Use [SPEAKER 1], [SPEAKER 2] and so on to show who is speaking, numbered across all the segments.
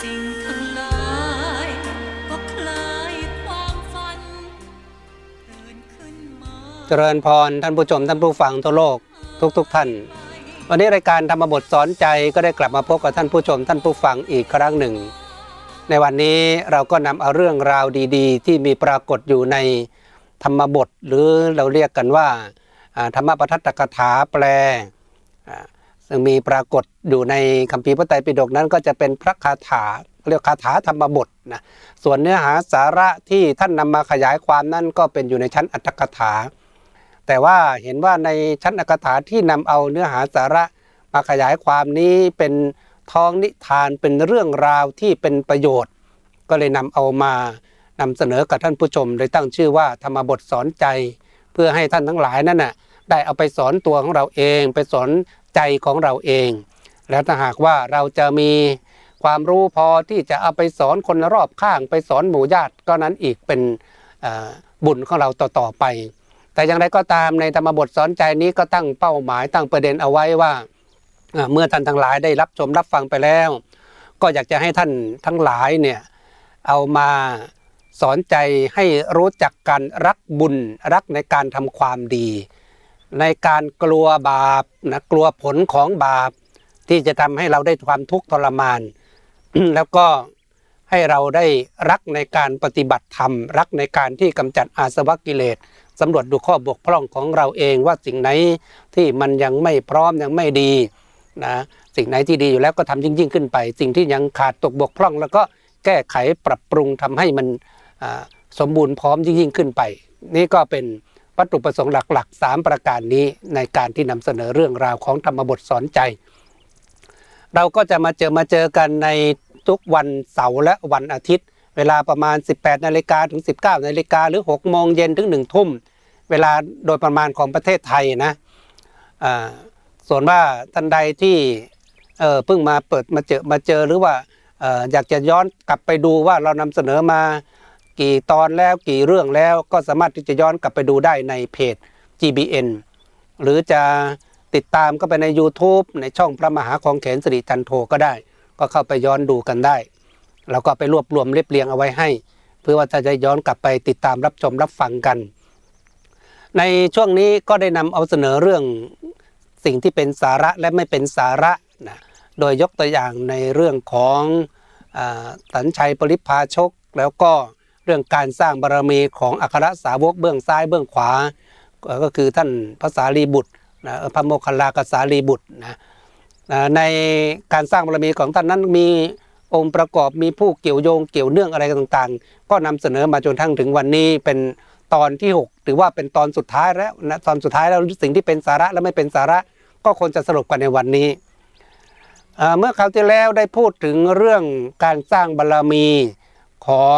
[SPEAKER 1] สิ่งทั้งหลายก็คล้ายความฝันเดินขึ้นมา
[SPEAKER 2] เจริญพรท่านผู้ชมท่านผู้ฟังทั่วโลกทุกท่านวันนี้รายการธรรมบทสอนใจก็ได้กลับมาพบกับท่านผู้ชมท่านผู้ฟังอีกครั้งหนึ่งในวันนี้เราก็นำเอาเรื่องราวดีๆที่มีปรากฏอยู่ในธรรมบทหรือเราเรียกกันว่าธรรมปทัตตกถาแปลซึ่งมีปรากฏอยู่ในคัมภีร์พระไตรปิฎกนั้นก็จะเป็นพระคาถาเรียกคาถาธรรมบทนะส่วนเนื้อหาสาระที่ท่านนำมาขยายความนั้นก็เป็นอยู่ในชั้นอรรถกถาแต่ว่าเห็นว่าในชั้นอรรถกถาที่นำเอาเนื้อหาสาระมาขยายความนี้เป็นท้องนิทานเป็นเรื่องราวที่เป็นประโยชน์ก็เลยนำเอามานำเสนอกับท่านผู้ชมโดยตั้งชื่อว่าธรรมบทสอนใจเพื่อให้ท่านทั้งหลายนั่นน่ะได้เอาไปสอนตัวของเราเองไปสอนใจของเราเองแล้วถ้าหากว่าเราจะมีความรู้พอที่จะเอาไปสอนคนรอบข้างไปสอนหมู่ญาติก็นั้นอีกเป็นบุญของเราต่อไปแต่อย่างไรก็ตามในธรรมบทสอนใจนี้ก็ตั้งเป้าหมายตั้งประเด็นเอาไว้ว่าเมื่อท่านทั้งหลายได้รับชมรับฟังไปแล้วก็อยากจะให้ท่านทั้งหลายเนี่ยเอามาสอนใจให้รู้จักการรักบุญรักในการทำความดีในการกลัวบาปนะกลัวผลของบาปที่จะทำให้เราได้ความทุกข์ทรมาน แล้วก็ให้เราได้รักในการปฏิบัติธรรมรักในการที่กำจัดอาสวะกิเลสสำรวจดูข้อบกพร่องของเราเองว่าสิ่งไหนที่มันยังไม่พร้อมยังไม่ดีนะสิ่งไหนที่ดีอยู่แล้วก็ทำยิ่งขึ้นไปสิ่งที่ยังขาดตกบกพร่องแล้วก็แก้ไขปรับปรุงทำให้มันสมบูรณ์พร้อมยิ่งขึ้นไปนี่ก็เป็นวัตถุประสงค์หลักๆ3ประการนี้ในการที่นำเสนอเรื่องราวของธรรมบทสอนใจเราก็จะมาเจอกันในทุกวันเสาร์และวันอาทิตย์เวลาประมาณ 18 นาฬิกาถึง 19 นาฬิกาหรือ 6 โมงเย็นถึง 1 ทุ่มเวลาโดยประมาณของประเทศไทยนะส่วนว่าท่านใดที่เพิ่งมามาเจอหรือว่าอยากจะย้อนกลับไปดูว่าเรานำเสนอมากี่ตอนแล้วกี่เรื่องแล้วก็สามารถที่จะย้อนกลับไปดูได้ในเพจ GBN หรือจะติดตามก็ไปใน YouTube ในช่องพระมหาของเขนสิริจันโทก็ได้ก็เข้าไปย้อนดูกันได้แล้วก็ไปรวบรวมเรียบเรียงเอาไว้ให้เพื่อว่าจะย้อนกลับไปติดตามรับชมรับฟังกันในช่วงนี้ก็ได้นำเอาเสนอเรื่องสิ่งที่เป็นสาระและไม่เป็นสาระนะโดยยกตัวอย่างในเรื่องของสัญชัยปริภาชกแล้วก็เรื่องการสร้างบารมีของอัครสาวกเบื้องซ้ายเบื้องขวาก็คือท่านพระสารีบุตรนะพระโมคคัลลากสารีบุตรนะในการสร้างบารมีของท่านนั้นมีองค์ประกอบมีผู้เกี่ยวโยงเกี่ยวเนื่องอะไรต่างๆก็นำเสนอมาจนทั้งถึงวันนี้เป็นตอนที่6ถือว่าเป็นตอนสุดท้ายแล้วนะตอนสุดท้ายแล้วสิ่งที่เป็นสาระและไม่เป็นสาระก็ควรจะสรุปกันในวันนี้เมื่อคราวที่แล้วได้พูดถึงเรื่องการสร้างบารมีของ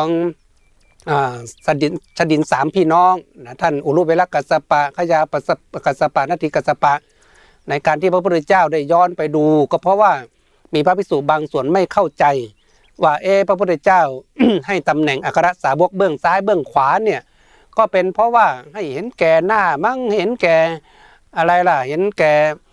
[SPEAKER 2] ชดิน3พี่น้องนะท่านอุรุเวลกัสสปะขยากัสสปะนาทีกัสสปะในการที่พระพุทธเจ้าได้ย้อนไปดูก็เพราะว่ามีพระภิกษุบางส่วนไม่เข้าใจว่าพระพุทธเจ้า ให้ตำแหน่งอัครสาวกเบื้องซ้ายเบื้องขวาเนี่ยก็เป็นเพราะว่าให้เห็นแก่หน้ามั่งเห็นแก่อะไรล่ะเห็นแก่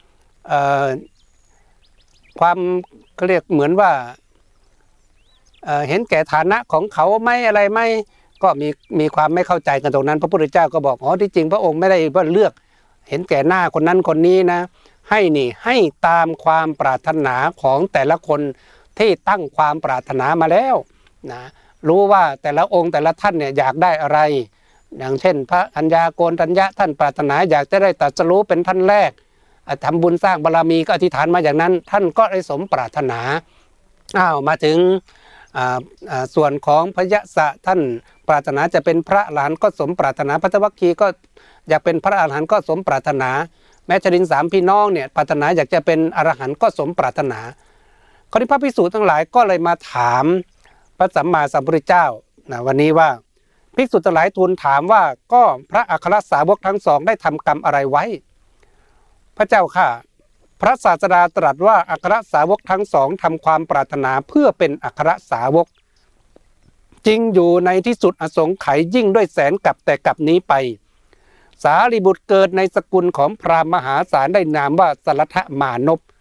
[SPEAKER 2] ความเขาเรียกเหมือนว่าเห็นแก่ฐานะของเขาไม่อะไรไม่ก็มีความไม่เข้าใจกันตรงนั้นพระพุทธเจ้าก็บอกที่จริงพระองค์ไม่ได้ว่าเลือกเห็นแก่หน้าคนนั้นคนนี้นะให้ตามความปรารถนาของแต่ละคนที่ตั้งความปรารถนามาแล้วนะรู้ว่าแต่ละองค์แต่ละท่านเนี่ยอยากได้อะไรอย่างเช่นพระอัญญาโกณฑัญญะท่านปรารถนาอยากจะได้ตรัสรู้เป็นท่านแรกทำบุญสร้างบารมีก็อธิษฐานมาอย่างนั้นท่านก็ได้สมปรารถนามาถึงส่วนของพยสะท่านปรารถนาจะเป็นพระอรหันต์ก็สมปรารถนาภัตตวัคคีย์ก็อยากเป็นพระอรหันต์ก็สมปรารถนาแม้ชดิน3พี่น้องเนี่ยปรารถนาอยากจะเป็นอรหันต์ก็สมปรารถนาคราวนี้พระภิกษุทั้งหลายก็เลยมาถามพระสัมมาสัมพุทธเจ้าวันนี้ว่าภิกษุทั้งหลายทูลถามว่าก็พระอัครสาวกทั้งสองได้ทำกรรมอะไรไว้พระเจ้าค่ะพระศาสดาตรัสว่าอัครสาวกทั้งสองทำความปรารถนาเพื่อเป็นอัครสาวกจริงอยู่ในที่สุดอสงไขยยิ่งด้วยแสนกับแต่กับนี้ไปสารีบุตรเกิดในสกุลของพราหมณ์มหาศาลได้นามว่าสรัทธมานพ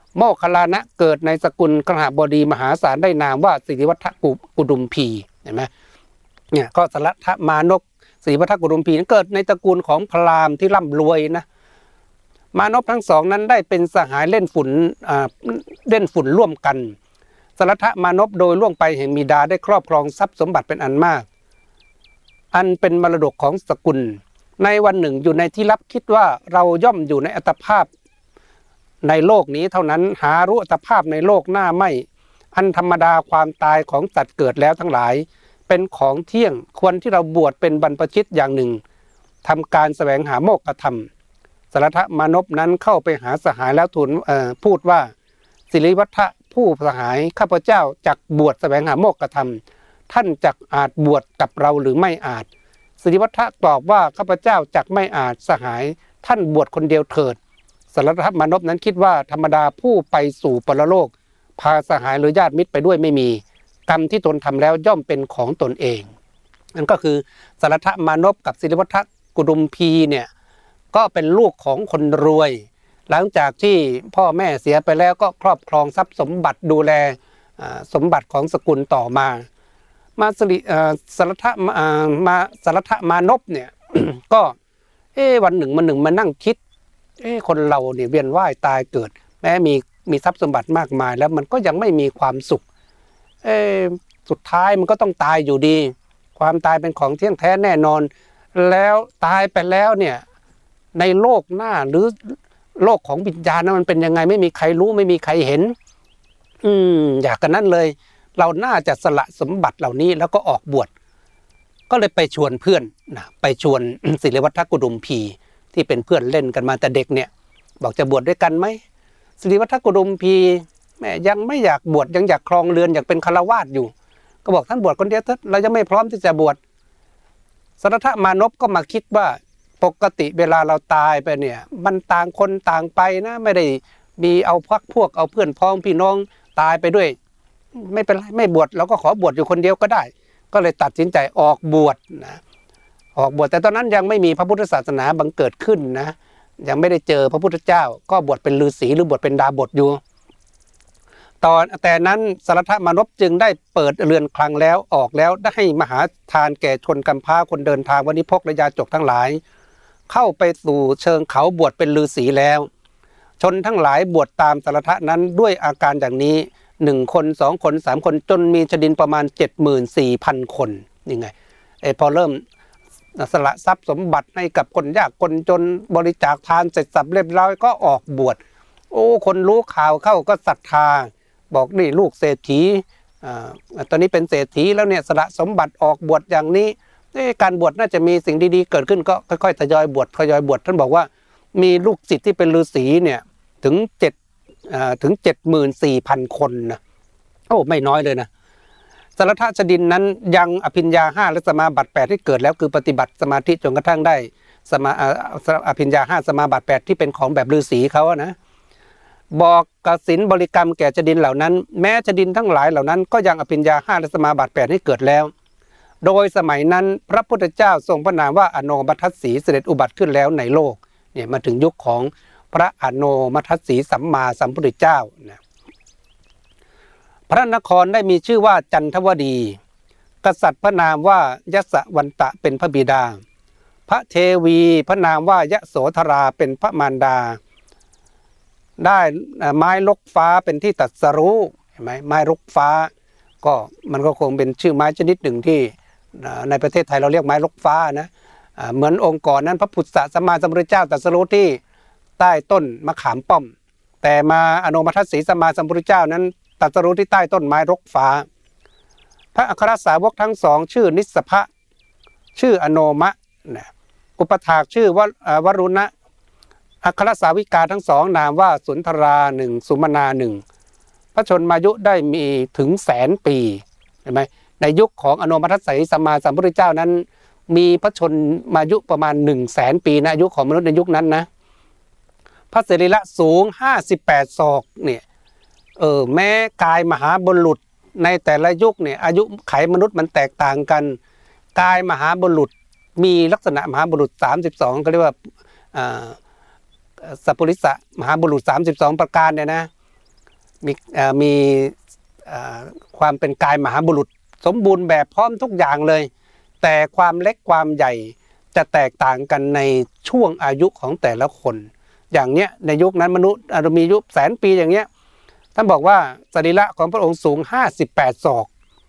[SPEAKER 2] โมคคัลลานะเกิดในสกุลคหบดีมหาศาลได้นามว่าสิริวัฒกุดุมพีเห็นไหมเนี่ยก็สรัทมานพสิริวัฒกุดุมพีนั้นเกิดในตระกูลของพราหมณ์ที่ร่ำรวยนะมานพทั้งสองนั้นได้เป็นสหายเล่นฝุ่นร่วมกันสรัทมานพโดยล่วงไปแห่งมีดาได้ครอบครองทรัพย์สมบัติเป็นอันมากอันเป็นมรดกของสกุลในวันหนึ่งอยู่ในที่ลับคิดว่าเราย่อมอยู่ในอัตภาพในโลกนี้เท่านั้นหารู้อัตภาพในโลกหน้าไม่อันธรรมดาความตายของสัตว์เกิดแล้วทั้งหลายเป็นของเที่ยงควรที่เราบวชเป็นบรรพชิตอย่างหนึ่งทำการแสวงหาโมกขธรรมสรัทมานพนั้นเข้าไปหาสหายแล้วทูลพูดว่าสิริวัฒน์ผู้สหายข้าพเจ้าจักบวชแสวงหาโมกขธรรมท่านจักอาจบวชกับเราหรือไม่อาจสิริวัฒน์ตอบว่าข้าพเจ้าจักไม่อาจสหายท่านบวชคนเดียวเถิดสรัทมานพนั้นคิดว่าธรรมดาผู้ไปสู่ปรโลกพาสหายหรือญาติมิตรไปด้วยไม่มีกรรมที่ตนทำแล้วย่อมเป็นของตนเองนั่นก็คือสรัทมานพกับสิริวัฒน์กุดุมพีเนี่ยก็เป็นลูกของคนรวยหลังจากที่พ่อแม่เสียไปแล้วก็ครอบครองทรัพย์สมบัติดูแลสมบัติของสกุลต่อมาสรัทมานพเนี่ย ก็วันหนึ่งมานั่งคิดคนเราเนี่ยเวียนว่ายตายเกิดแม้มีทรัพย์สมบัติมากมายแล้วมันก็ยังไม่มีความสุขสุดท้ายมันก็ต้องตายอยู่ดีความตายเป็นของเที่ยงแท้แน่นอนแล้วตายไปแล้วเนี่ยในโลกหน้าหรือโลกของวิญญาณนั้นมันเป็นยังไงไม่มีใครรู้ไม่มีใครเห็นอยากกันนั้นเลยเราน่าจะสละสมบัติเหล่านี้แล้วก็ออกบวชก็เลยไปชวนเพื่อนนะไปชวน ศิริวัฒน์กุดุมพีที่เป็นเพื่อนเล่นกันมาแต่เด็กเนี่ยบอกจะบวชด้วยกันไหมศิริวัฒน์กุดุมพีแม่ยังไม่อยากบวชยังอยากครองเรือนอยากเป็นฆราวาสอยู่ก็บอกท่านบวชคนเดียวเถอะเรายังไม่พร้อมที่จะบวชสรัทมานพก็มาคิดว่าปกติเวลาเราตายไปเนี่ยมันต่างคนต่างไปนะไม่ได้มีเอาพวกเอาเพื่อนพ้องพี่น้องตายไปด้วยไม่เป็นไรไม่บวชเราก็ขอบวชอยู่คนเดียวก็ได้ก็เลยตัดสินใจออกบวชนะออกบวชแต่ตอนนั้นยังไม่มีพระพุทธศาสนาบังเกิดขึ้นนะยังไม่ได้เจอพระพุทธเจ้าก็บวชเป็นฤาษีหรือบวชเป็นดาบทอยู่แต่นั้นสรัทมานพจึงได้เปิดเรือนคลังแล้วออกแล้วได้ให้มหาทานแก่ชนกำพร้าคนเดินทางวณิพกและยาจกทั้งหลายเข้าไปสู่เชิงเขาบวชเป็นฤาษีแล้วชนทั้งหลายบวชตามสรัทนั้นด้วยอาการอย่างนี้1 คน2 คน3 คนจนมีชดินประมาณ 74,000 คนนี่ไงพอเริ่มสละทรัพย์สมบัติให้กับคนยากคนจนบริจาคทานเสร็จสับเรียบร้อยก็ออกบวชคนรู้ข่าวเข้าก็ศรัทธาบอกนี่ลูกเศรษฐีตอนนี้เป็นเศรษฐีแล้วเนี่ยสละสมบัติออกบวชอย่างนี้การบวชน่าจะมีสิ่งดีๆเกิดขึ้นก็ค่อยๆทยอยบวชท่านบอกว่ามีลูกศิษย์ที่เป็นฤาษีเนี่ยถึง 74,000 คนนะไม่น้อยเลยนะสรัทชดินนั้นยังอภิญญา5และสมาบัติ8ที่เกิดแล้วคือปฏิบัติสมาธิจนกระทั่งได้อภิญญา5สมาบัติ8ที่เป็นของแบบฤาษีเขานะบอกกสิณบริกรรมแก่ชดินเหล่านั้นแม้ชดินทั้งหลายเหล่านั้นก็ยังอภิญญา5และสมาบัติ8ให้เกิดแล้วโดยสมัยนั้นพระพุทธเจ้าทรงพระนามว่าอโนมัทสีเสด็จอุบัติขึ้นแล้วในโลกเนี่ยมาถึงยุคของพระอโนมัทสีสัมมาสัมพุทธเจ้านะพระนครได้มีชื่อว่าจันทวดีกษัตริย์พระนามว่ายสวันตะเป็นพระบิดาพระเทวีพระนามว่ายโสธราเป็นพระมารดาได้ไม้ลกฟ้าเป็นที่ตรัสรู้เห็นไหมไม้ลกฟ้าก็มันก็คงเป็นชื่อไม้ชนิดหนึ่งที่ในประเทศไทยเราเรียกไม้ลกฟ้านะเหมือนองค์ก่อนนั้นพระพุทธสัมมาสัมพุทธเจ้าตรัสรู้ที่ใต้ต้นมะขามป้อมแต่มาอโนมัทสีสัมมาสัมพุทธเจ้านั้นตรัสรู้ที่ใต้ต้นไม้รกฟ้าพระอัครสาวกทั้งสองชื่อนิสสภะชื่ออโนมะอุปถากชื่อวรุณะอัครสาวิกาทั้งสองนามว่าสุนทรา1สุมนา1พระชนมายุได้มีถึง100,000 ปีเห็นไหมในยุคของอโนมัทสีสัมมาสัมพุทธเจ้านั้นมีพระชนมายุประมาณ100,000 ปีนะอายุของมนุษย์ในยุคนั้นนะพระสรีระสูง58 ศอกเนี่ยแม้กายมหาบุรุษในแต่ละยุคเนี่ยอายุไขมนุษย์มันแตกต่างกันกายมหาบุรุษมีลักษณะมหาบุรุษ32ก็เรียกว่าสัพพุริสะมหาบุรุษ32ประการเนี่ยนะมีความเป็นกายมหาบุรุษสมบูรณ์แบบพร้อมทุกอย่างเลยแต่ความเล็กความใหญ่จะแตกต่างกันในช่วงอายุของแต่ละคนอย่างเนี้ยในยุคนั้นมนุษย์มีอายุแสนปีอย่างเนี้ยท่านบอกว่าสรีระของพระองค์สูง58ศอก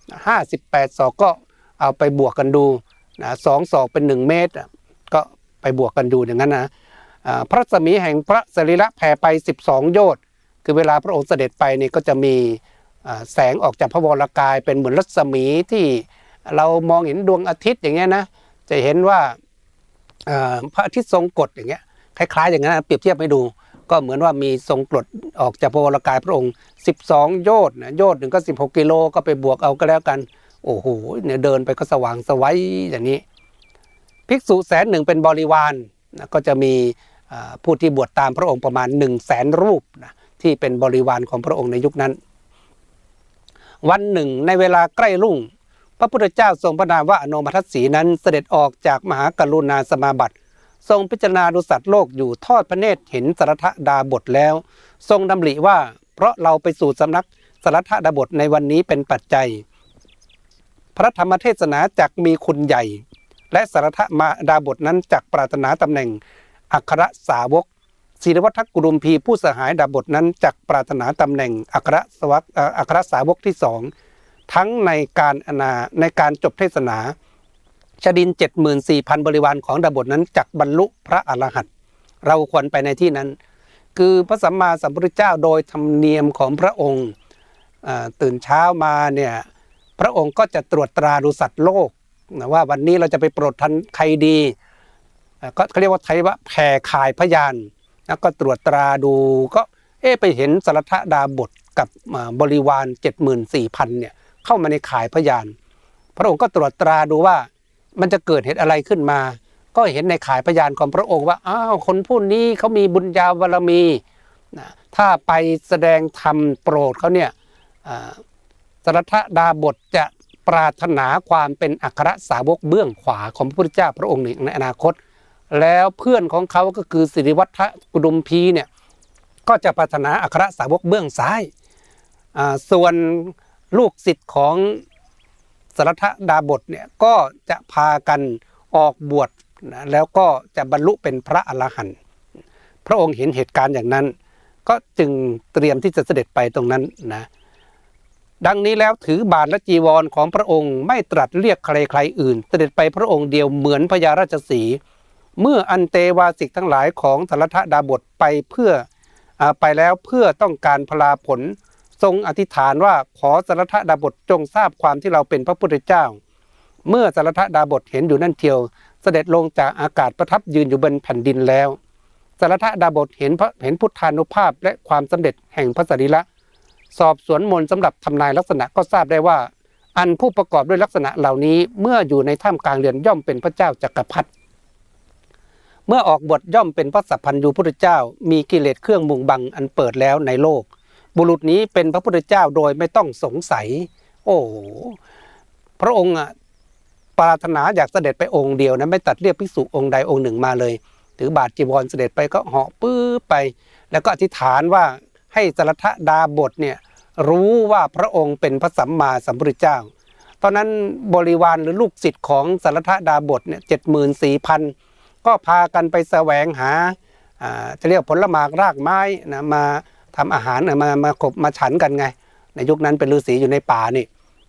[SPEAKER 2] 58ศอกก็เอาไปบวกกันดูนะ2ศอกเป็น1เมตรก็ไปบวกกันดูอย่างนั้นนะพระรัศมีแห่งพระสรีระแผ่ไป12โยชน์คือเวลาพระองค์เสด็จไปนี่ก็จะมีแสงออกจากพระวรกายเป็นเหมือนรัศมีที่เรามองเห็นดวงอาทิตย์อย่างเงี้ยนะจะเห็นว่าพระอาทิตย์ทรงกฎอย่างเงี้ยคล้ายๆอย่างนั้นเปรียบเทียบให้ดูก็เหมือนว่ามีทรงกฎออกจากพระวรกายพระองค์12โยชน์นะโยชน์หนึ่งก็16กิโลก็ไปบวกเอาก็แล้วกันโอ้โหเนี่ยเดินไปก็สว่างสวัยอย่างนี้ภิกษุ100,000เป็นบริวารนะก็จะมีผู้ที่บวชตามพระองค์ประมาณ100,000รูปนะที่เป็นบริวารของพระองค์ในยุคนั้นวันหนึ่งในเวลาใกล้รุ่งพระพุทธเจ้าทรงพระนามว่าอโนมัทสีนั้นเสด็จออกจากมหากรุณาสมาบัติทรงพิจารณาดูสัตว์โลกอยู่ทอดพระเนตรเห็นสรัทธดาบทแล้วทรงดำริว่าเพราะเราไปสู่สำนักสรัทธดาบทในวันนี้เป็นปัจจัยพระธรรมเทศนาจักมีคุณใหญ่และสรัทธดาบทนั้นจักปรารถนาตำแหน่งอัครสาวกศิริวัฒกุรุมพีผู้สหายดาบทนั้นจักปรารถนาตำแหน่งอัครสาวกที่สองทั้งในการจบเทศนาชดิน 74,000 บริวารของดาบทนั้นจักบรรลุพระอรหันต์เราควรไปในที่นั้นคือพระสัมมาสัมพุทธเจ้าโดยธรรมเนียมของพระองค์ตื่นเช้ามาเนี่ยพระองค์ก็จะตรวจตราดูสัตว์โลกนะว่าวันนี้เราจะไปโปรดทันใครดีก็เขาเรียกว่าไทยวะแผ่ข่ายพยานแล้วก็ตรวจตราดูก็ไปเห็นสรัทธดาบทกับบริวาร 74,000 เนี่ยเข้ามาในข่ายพยานพระองค์ก็ตรวจตราดูว่ามันจะเกิดเหตุอะไรขึ้นมาก็เห็นในข่ายพยานของพระองค์ว่าอ้าวคนผู้นี้เขามีบุญญาบารมีนะถ้าไปแสดงธรรมโปรดเขาเนี่ยสรัทธดาบทจะปรารถนาความเป็นอัครสาวกเบื้องขวาของพระพุทธเจ้าพระองค์ในอนาคตแล้วเพื่อนของเขาก็คือสิริวัฒกุดุมพีเนี่ยก็จะปรารถนาอัครสาวกเบื้องซ้ายส่วนลูกศิษย์ของสรัทธดาบทเนี่ยก็จะพากันออกบวชนะแล้วก็จะบรรลุเป็นพระอรหันต์พระองค์เห็นเหตุการณ์อย่างนั้นก็จึงเตรียมที่จะเสด็จไปตรงนั้นนะดังนี้แล้วถือบาทและจีวรของพระองค์ไม่ตรัสเรียกใครอื่นเสด็จไปพระองค์เดียวเหมือนพญาราชสีห์เมื่ออันเตวาสิกทั้งหลายของสรัทธดาบทไปแล้วเพื่อต้องการพลาผลทรงอธิษฐานว่าขอสรัทธดาบทจงทราบความที่เราเป็นพระพุทธเจ้าเมื่อสรัทธดาบทเห็นอยู่นั่นเทียวเสด็จลงจากอากาศประทับยืนอยู่บนแผ่นดินแล้วสรัทธดาบทเห็นพุทธานุภาพและความสำเร็จแห่งพระสรีระสอบสวนมนต์สำหรับทำนายลักษณะก็ทราบได้ว่าอันผู้ประกอบด้วยลักษณะเหล่านี้เมื่ออยู่ในท่ามกลางเรือนย่อมเป็นพระเจ้าจักรพรรดิเมื่อออกบทย่อมเป็นพระสัพพัญญูพุทธเจ้ามีกิเลสเครื่องมุงบังอันเปิดแล้วในโลกบุรุษนี้เป็นพระพุทธเจ้าโดยไม่ต้องสงสัยโอ้พระองค์ปรารถนาอยากเสด็จไปองค์เดียวนะไม่ตัดเรียกภิกษุองค์ใดองค์หนึ่งมาเลยถือบาทจีวรเสด็จไปก็เหาะปื้อไปแล้วก็อธิษฐานว่าให้สรัทธดาบทเนี่ยรู้ว่าพระองค์เป็นพระสัมมาสัมพุทธเจ้าตอนนั้นบริวารหรือลูกศิษย์ของสรัทธดาบทเนี่ย 74,000 ก็พากันไปแสวงหาจะเรียกผลหมากรากไม้นะมาทำอาหารมาฉันกันไงในยุคนั้นเป็นฤาษีอยู่ในป่านี่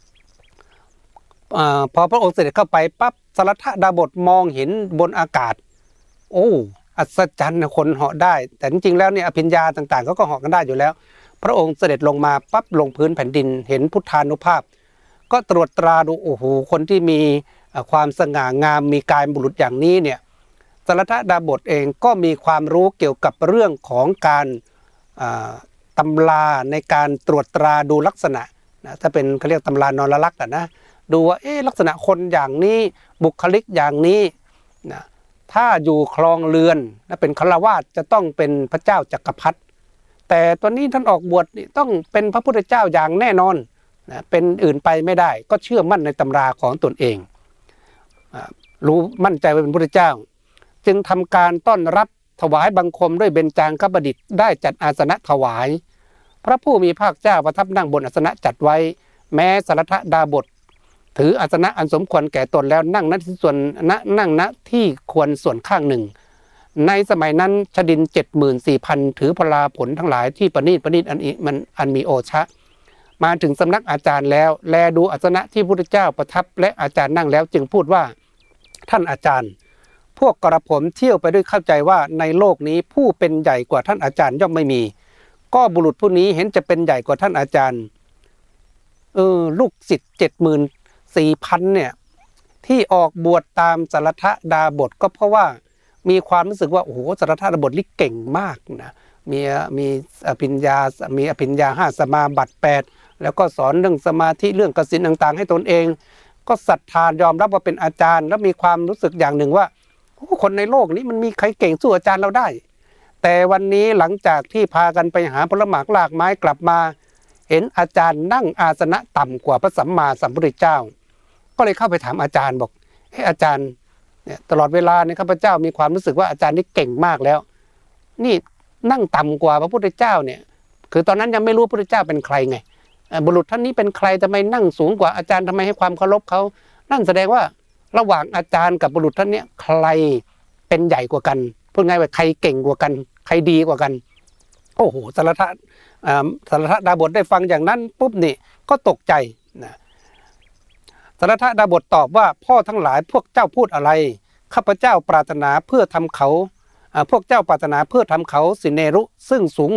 [SPEAKER 2] พอพระองค์เสด็จเข้าไปปั๊บสรัทธดาบทมองเห็นบนอากาศโอ้อัศจรรย์คนเหาะได้แต่จริงๆแล้วเนี่ยอภิญญาต่างๆเขาก็เหาะกันได้อยู่แล้วพระองค์เสด็จลงมาปั๊บลงพื้นแผ่นดินเห็นพุทธานุภาพก็ตรวจตราดูโอ้โหคนที่มีความสง่างามมีกายบุรุษอย่างนี้เนี่ยสรัทธดาบทเองก็มีความรู้เกี่ยวกับเรื่องของการตำราในการตรวจตราดูลักษณะนะถ้าเป็นเขาเรียกตำรานรลักษณ์นะดูว่าลักษณะคนอย่างนี้บุคลิกอย่างนี้นะถ้าอยู่ครองเรือนนะเป็นฆราวาสจะต้องเป็นพระเจ้าจักรพรรดิแต่ตอนนี้ท่านออกบวชนี่ต้องเป็นพระพุทธเจ้าอย่างแน่นอนนะเป็นอื่นไปไม่ได้ก็เชื่อมั่นในตำราของตนเองรู้มั่นใจว่าเป็นพระพุทธเจ้าจึงทำการต้อนรับถวายบังคมด้วยเบญจางคประดิษฐ์ได้จัดอาสนะถวายพระผู้มีภาคเจ้าประทับนั่งบนอาสนะจัดไว้แม้สรทดาบทถืออาสนะอันสมควรแก่ตนแล้วนั่งณที่ส่วนนั่งณที่ควรส่วนข้างหนึ่งในสมัยนั้นชดิน 74,000 ถือพลาผลทั้งหลายที่ประณีตอันมีโอชะมาถึงสำนักอาจารย์แล้วแลดูอาสนะที่พระพุทธเจ้าประทับและอาจารย์นั่งแล้วจึงพูดว่าท่านอาจารย์พวกกระผมเที่ยวไปด้วยเข้าใจว่าในโลกนี้ผู้เป็นใหญ่กว่าท่านอาจารย์ย่อมไม่มีก็บุรุษผู้นี้เห็นจะเป็นใหญ่กว่าท่านอาจารย์ลูกศิษย์74,000เนี่ยที่ออกบวชตามสรทดาบทก็เพราะว่ามีความรู้สึกว่าโอ้โหสรทดาบทนี่เก่งมากนะมีอภิญญา5สมาบัติ8แล้วก็สอนเรื่องสมาธิเรื่องกสิณต่างๆให้ตนเองก็ศรัทธายอมรับว่าเป็นอาจารย์แล้วมีความรู้สึกอย่างหนึ่งว่าคนในโลกนี้มันมีใครเก่งสู้อาจารย์เราได้แต่วันนี้หลังจากที่พากันไปหาผลหมากลากไม้กลับมาเห็นอาจารย์นั่งอาสนะต่ำกว่าพระสัมมาสัมพุทธเจ้าก็เลยเข้าไปถามอาจารย์บอกอาจารย์เนี่ยตลอดเวลาเนี่ยข้าพเจ้ามีความรู้สึกว่าอาจารย์นี่เก่งมากแล้วนี่นั่งต่ำกว่าพระพุทธเจ้าเนี่ยคือตอนนั้นยังไม่รู้พระพุทธเจ้าเป็นใครไงบุรุษท่านนี้เป็นใครทำไมนั่งสูงกว่าอาจารย์ทำไมให้ความเคารพเขานั่นแสดงว่าระหว่างอาจารย์กับบุรุษท่านเนี้ยใครเป็นใหญ่กว่ากันพูดง่ายว่าใครเก่งกว่ากันใครดีกว่ากันโอ้โหสรทดาบทได้ฟังอย่างนั้นปุ๊บนี่ก็ตกใจนะสรทดาบทตอบว่าพ่อทั้งหลายพวกเจ้าพูดอะไรข้าพเจ้าปรารถนาเพื่อทำเขาพวกเจ้าปรารถนาเพื่อทำเขาสิเนรุซึ่งสูง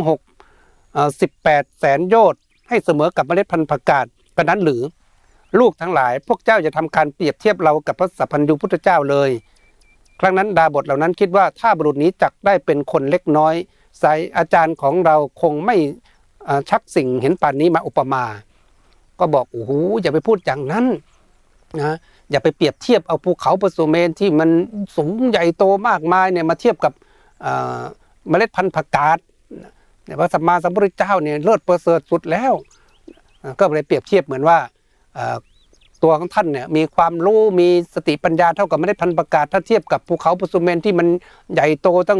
[SPEAKER 2] 18 แสนโยชน์ให้เสมอกับเมล็ดพันธุ์ผักกาดกระนั้นหรือลูกทั้งหลายพวกเจ้าจะทำการเปรียบเทียบเรากับพระสัพพัญญูพุทธเจ้าเลยครั้งนั้นดาบทเหล่านั้นคิดว่าถ้าบุรุษนี้จักได้เป็นคนเล็กน้อยสายอาจารย์ของเราคงไม่ชักสิ่งเห็นป่านนี้มาอุปมาก็บอกโอ้โหอย่าไปพูดอย่างนั้นนะอย่าไปเปรียบเทียบเอาภูเขาปสุเมนที่มันสูงใหญ่โตมากมายเนี่ยมาเทียบกับเมล็ดพันธุ์ผักกาดพระสัมมาสัมพุทธเจ้าเนี่ยเลิศประเสริฐสุดแล้วก็เลยเปรียบเทียบเหมือนว่าตัวของท่านเนี่ยมีความรู้มีสติปัญญาเท่ากับเมล็ดพันธุ์ผักกาดถ้าเทียบกับภูเขาปสุเมนที่มันใหญ่โตตั้ง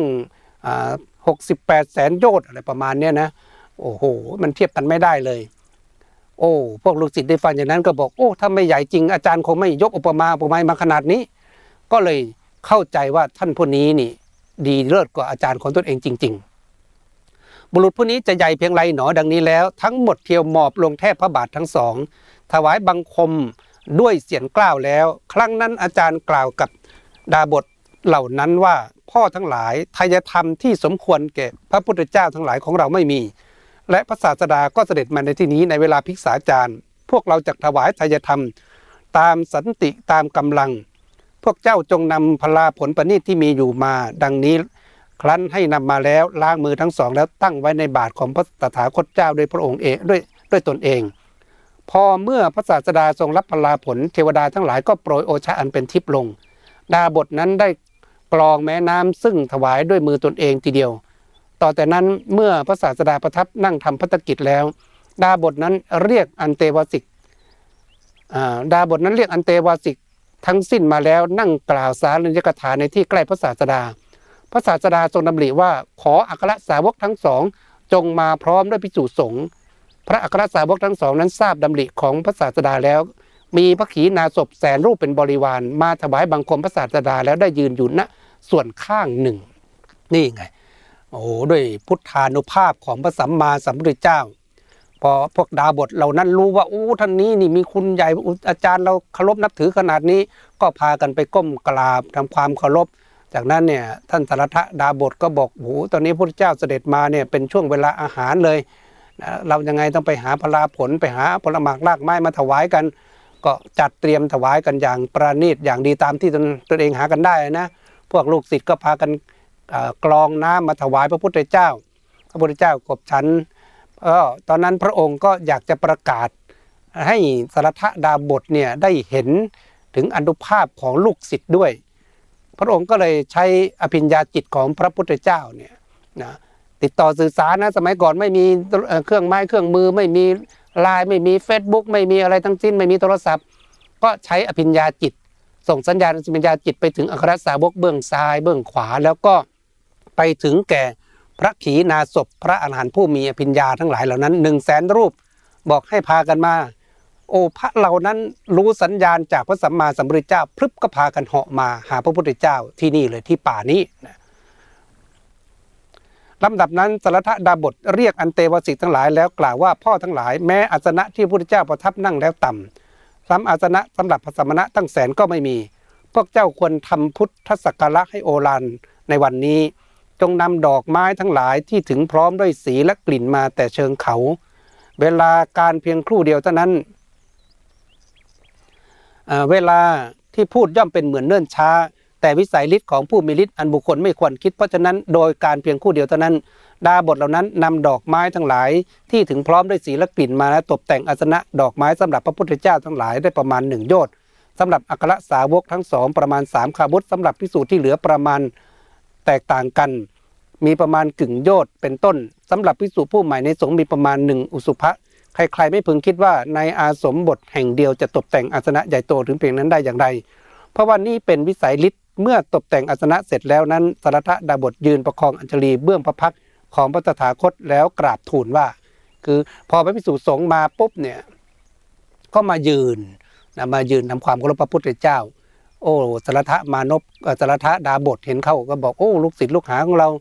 [SPEAKER 2] 68 แสนโยชน์อะไรประมาณนี้นะโอ้โหมันเทียบกันไม่ได้เลยโอ้พวกลูกศิษย์ได้ฟังอย่างนั้นก็บอกโอ้ถ้าไม่ใหญ่จริงอาจารย์คงไม่ยกอุปมามาขนาดนี้ก็เลยเข้าใจว่าท่านผู้นี้นี่ดีเลิศกว่าอาจารย์ของตนเองจริงๆบุรุษผู้นี้จะใหญ่เพียงไรหนอดังนี้แล้วทั้งหมดเที่ยวหมอบลงแทบพระบาททั้งสองถวายบังคมด้วยเสียงกล้าวแล้วครั้งนั้นอาจารย์กล่าวกับดาบทเหล่านั้นว่าพ่อทั้งหลายไทยธรรมที่สมควรแก่พระพุทธเจ้าทั้งหลายของเราไม่มีและพระศาสดาก็เสด็จมาในที่นี้ในเวลาภิกษาจารย์พวกเราจักถวายไทยธรรมตามสันติตามกำลังพวกเจ้าจงนำพลาผลประณีตที่มีอยู่มาดังนี้ครั้นให้นำมาแล้วล้างมือทั้งสองแล้วตั้งไว้ในบาตรของพระตถาคตเจ้าโดยพระองค์เองด้วยตนเองพอเมื่อพระศาสดาทรงรับพลาผลเทวดาทั้งหลายก็โปรยโอชะอันเป็นทิพย์ลงดาบทนั้นได้กรองแม่น้ำซึ่งถวายด้วยมือตนเองทีเดียวต่อแต่นั้นเมื่อพระศาสดาประทับนั่งทำภัตกิจแล้วดาบทนั้นเรียกอันเตวาสิกทั้งสิ้นมาแล้วนั่งกล่าวสารีริกถาในที่ใกล้พระศาสดาพระศาสดาทรงดำริว่าขออัครสาวกทั้งสองจงมาพร้อมด้วยภิกษุสงฆ์พระอัครสาวกทั้งสองนั้นทราบดำริของพระศาสดาแล้วมีพระขีณาสพแสนรูปเป็นบริวารมาถวายบังคมพระศาสดาแล้วได้ยืนอยู่ณส่วนข้างหนึ่งนี่ไงโอ้โหด้วยพุทธานุภาพของพระสัมมาสัมพุทธเจ้าพอพวกดาบทเหล่านั้นรู้ว่าโอ้ท่านนี้นี่มีคุณใหญ่อาจารย์เราเคารพนับถือขนาดนี้ก็พากันไปก้มกราบทำความเคารพจากนั้นเนี่ยท่านสรทดาบทก็บอกโอ้โหตอนนี้พระพุทธเจ้าเสด็จมาเนี่ยเป็นช่วงเวลาอาหารเลยนะเรายังไงต้องไปหาพลาผลไปหาผลหมากรากไม้มาถวายกันก็จัดเตรียมถวายกันอย่างประณีตอย่างดีตามที่ตนเองหากันได้นะพวกลูกศิษย์ก็พากันกรองน้ำมาถวายพระพุทธเจ้าพระพุทธเจ้ากบฉันตอนนั้นพระองค์ก็อยากจะประกาศให้สรทดาบทเนี่ยได้เห็นถึงอานุภาพของลูกศิษย์ด้วยพระองค์ก็เลยใช้อภิญญาจิตของพระพุทธเจ้าเนี่ยนะติดต่อสื่อสารนะสมัยก่อนไม่มีเครื่องไม้เครื่องมือไม่มีไลน์ไม่มี Facebook ไม่มีอะไรทั้งสิ้นไม่มีโทรศัพท์ก็ใช้อภิญญาจิตส่งสัญญาณอภิญญาจิตไปถึงอัครสาวกเบื้องซ้ายเบื้องขวาแล้วก็ไปถึงแก่พระขีณาสพพระอรหันต์ผู้มีอภิญญาทั้งหลายเหล่านั้น100,000 รูปบอกให้พากันมาโอ้พระเหล่านั้นรู้สัญญาณจากพระสัมมาสัมพุทธเจ้าพรึบก็พากันเหาะมาหาพระพุทธเจ้าที่นี่เลยที่ป่านี้นะลำดับนั้นสรทดาบทเรียกอันเตวสิกทั้งหลายแล้วกล่าวว่าพ่อทั้งหลายแม้อาสนะที่พระพุทธเจ้าประทับนั่งแล้วต่ำซ้ำอาสนะสำหรับพระสมณะตั้งแสนก็ไม่มีพวกเจ้าควรทำพุทธสักการะให้โอฬารในวันนี้จงนำดอกไม้ทั้งหลายที่ถึงพร้อมด้วยสีและกลิ่นมาแต่เชิงเขาเวลาการเพียงครู่เดียวเท่านั้นเวลาที่พูดย่อมเป็นเหมือนเนิ่นช้าแต่วิสัยฤทธิ์ของผู้มีฤทธิ์อันบุคคลไม่ควรคิดเพราะฉะนั้นโดยการเพียงครู่เดียวเท่านั้นดาบทเหล่านั้นนำดอกไม้ทั้งหลายที่ถึงพร้อมด้วยสีและกลิ่นมาและตกแต่งอาสนะดอกไม้สำหรับพระพุทธเจ้าทั้งหลายได้ประมาณ1 โยชน์สำหรับอัครสาวกทั้ง2ประมาณ3 คาบุตสำหรับภิกษุที่เหลือประมาณแตกต่างกันมีประมาณกึ่งโยชน์เป็นต้นสำหรับภิกษุผู้ใหม่ในสงฆ์มีประมาณ1 อุสุภะใครๆไม่พึงคิดว่าในอาสมบทแห่งเดียวจะตกแต่งอาสนะใหญ่โตถึงเพียงนั้นได้อย่างไรเพราะว่านี่เป็นวิสัยฤทธิ์เมื่อตกแต่งอาสนะเสร็จแล้วนั้นสรทดาบทยืนประคองอัญชลีเบื้องพระพักตร์ของพระตถาคตแล้วกราบทูลว่าคือพอพระภิกษุสงฆ์มาปุ๊บเนี่ยก็มายืนทำความเคารพพระพุทธเจ้าโอ้สรทมานพสรทดาบทเห็นเข้าก็บอกโอ้ลูกศิษย์ลูกหาของเรา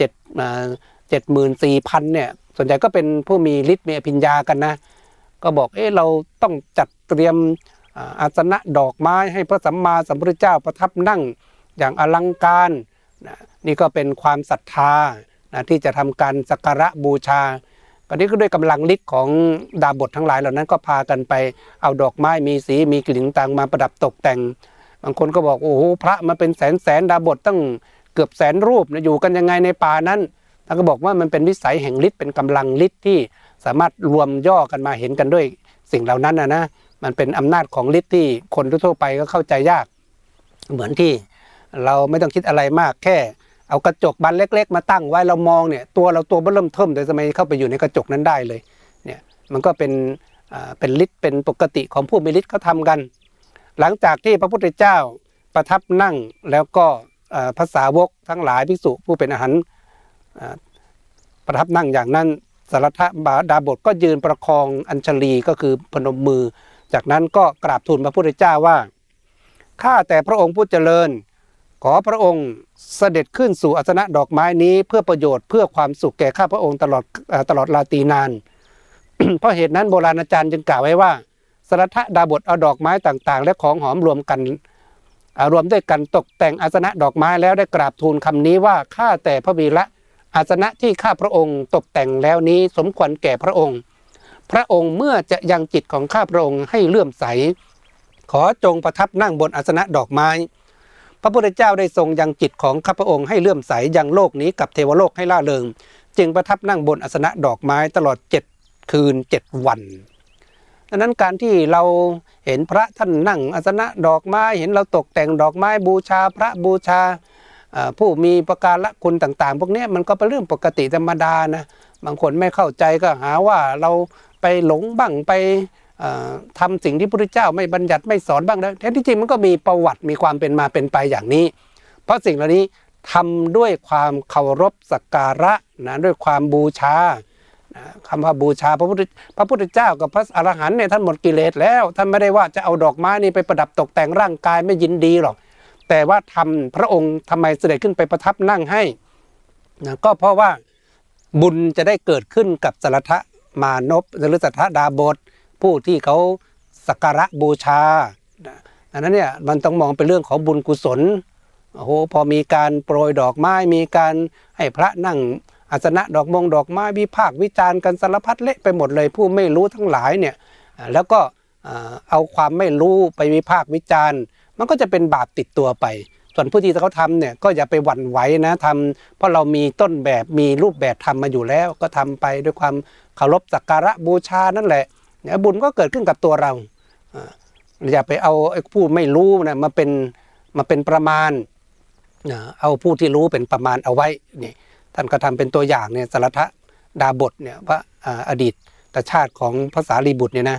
[SPEAKER 2] 74,000เนี่ยส่วนใหญ่ก็เป็นผู้มีฤทธิ์มีอภิญญากันนะก็บอกเราต้องจัดเตรียมอาสนะดอกไม้ให้พระสัมมาสัมพุทธเจ้าประทับนั่งอย่างอลังการนะนี่ก็เป็นความศรัทธานะที่จะทำการสักการะบูชาก็นี้ก็ด้วยกำลังฤทธิ์ของดาบททั้งหลายเหล่านั้นก็พากันไปเอาดอกไม้มีสีมีกลิ่นต่างมาประดับตกแต่งบางคนก็บอกโอ้โหพระมาเป็นแสนดาบทตั้งเกือบ100,000 รูปนะอยู่กันยังไงในป่านั้นท่านก็บอกว่ามันเป็นวิสัยแห่งฤทธิ์เป็นกำลังฤทธิ์ที่สามารถรวมย่อกันมาเห็นกันด้วยสิ่งเหล่านั้นนะมันเป็นอำนาจของฤทธิ์ที่คนทั่วไปก็เข้าใจยากเหมือนที่เราไม่ต้องคิดอะไรมากแค่เอากระจกบานเล็กๆมาตั้งไว้เรามองเนี่ยตัวเริ่มเทิ่มแต่ทำไมเข้าไปอยู่ในกระจกนั้นได้เลยเนี่ยมันก็เป็นฤทธิ์เป็นปกติของผู้มีฤทธิ์เขาทำกันหลังจากที่พระพุทธเจ้าประทับนั่งแล้วก็พระสาวกทั้งหลายภิกษุผู้เป็นอรหันต์ประทับนั่งอย่างนั้นสรทดาบทก็ยืนประคองอัญชลีก็คือพนมมือจากนั้นก็กราบทูลพระพุทธเจ้าว่าข้าแต่พระองค์ผู้เจริญขอพระองค์เสด็จขึ้นสู่อาสนะดอกไม้นี้เพื่อประโยชน์เพื่อความสุขแก่ข้าพระองค์ตลอดราตรีนาน เพราะเหตุนั้นโบราณอาจารย์จึงกล่าวไว้ว่าสรทดาบทเอาดอกไม้ต่างๆและของหอมรวมด้วยกันตกแต่งอาสนะดอกไม้แล้วได้กราบทูลคำนี้ว่าข้าแต่พระวีระอาสนะที่ข้าพระองค์ตกแต่งแล้วนี้สมควรแก่พระองค์เมื่อจะยังจิตของข้าพระองค์ให้เลื่อมใสขอจงประทับนั่งบนอาสนะดอกไม้พระพุทธเจ้าได้ทรงยังจิตของข้าพระองค์ให้เลื่อมใสยังโลกนี้กับเทวโลกให้ล่าเริงจึงประทับนั่งบนอาสนะดอกไม้ตลอด7 คืน 7 วันดังนั้นการที่เราเห็นพระท่านนั่งอาสนะดอกไม้เห็นเราตกแต่งดอกไม้บูชาพระบูชาผู้มีประการคุณต่างๆพวกนี้มันก็เป็นเรื่องปกติธรรมดานะบางคนไม่เข้าใจก็หาว่าเราไปหลงบ้างไปทำสิ่งที่พระพุทธเจ้าไม่บัญญัติไม่สอนบ้างนะแท้ที่จริงมันก็มีประวัติมีความเป็นมาเป็นไปอย่างนี้เพราะสิ่งเหล่านี้ทำด้วยความเคารพสักการะนะด้วยความบูชาคำว่าบูชาพระพุทธเจ้ากับพระอรหันต์เนี่ยท่านหมดกิเลสแล้วท่านไม่ได้ว่าจะเอาดอกไม้นี่ไปประดับตกแต่งร่างกายไม่ยินดีหรอกแต่ว่าพระองค์ทำไมเสด็จขึ้นไปประทับนั่งให้นะก็เพราะว่าบุญจะได้เกิดขึ้นกับสรทมานพหรือสรทดาบทผู้ที่เขาสักการะบูชาดังนั้นเนี่ยมันต้องมองเป็นเรื่องของบุญกุศลโอ้โหพอมีการโปรยดอกไม้มีการให้พระนั่งอาสนะดอกไม้วิพากษ์วิจารณ์กันสารพัดเละไปหมดเลยผู้ไม่รู้ทั้งหลายเนี่ยแล้วก็เอาความไม่รู้ไปวิพากษ์วิจารณ์มันก็จะเป็นบาปติดตัวไปส่วนผู้ที่เขาทำเนี่ยก็อย่าไปหวั่นไหวนะทำเพราะเรามีต้นแบบมีรูปแบบทำมาอยู่แล้วก็ทำไปด้วยความเคารพสักการะบูชานั่นแหละเนี่ยบุญก็เกิดขึ้นกับตัวเราอย่าไปเอาผู้ไม่รู้นะมาเป็นประมาณเอาผู้ที่รู้เป็นประมาณเอาไว้นี่ท่านก็ทำเป็นตัวอย่างเนี่ยสรทดาบทเนี่ยว่าอดีตชาติของพระสารีบุตรเนี่ยนะ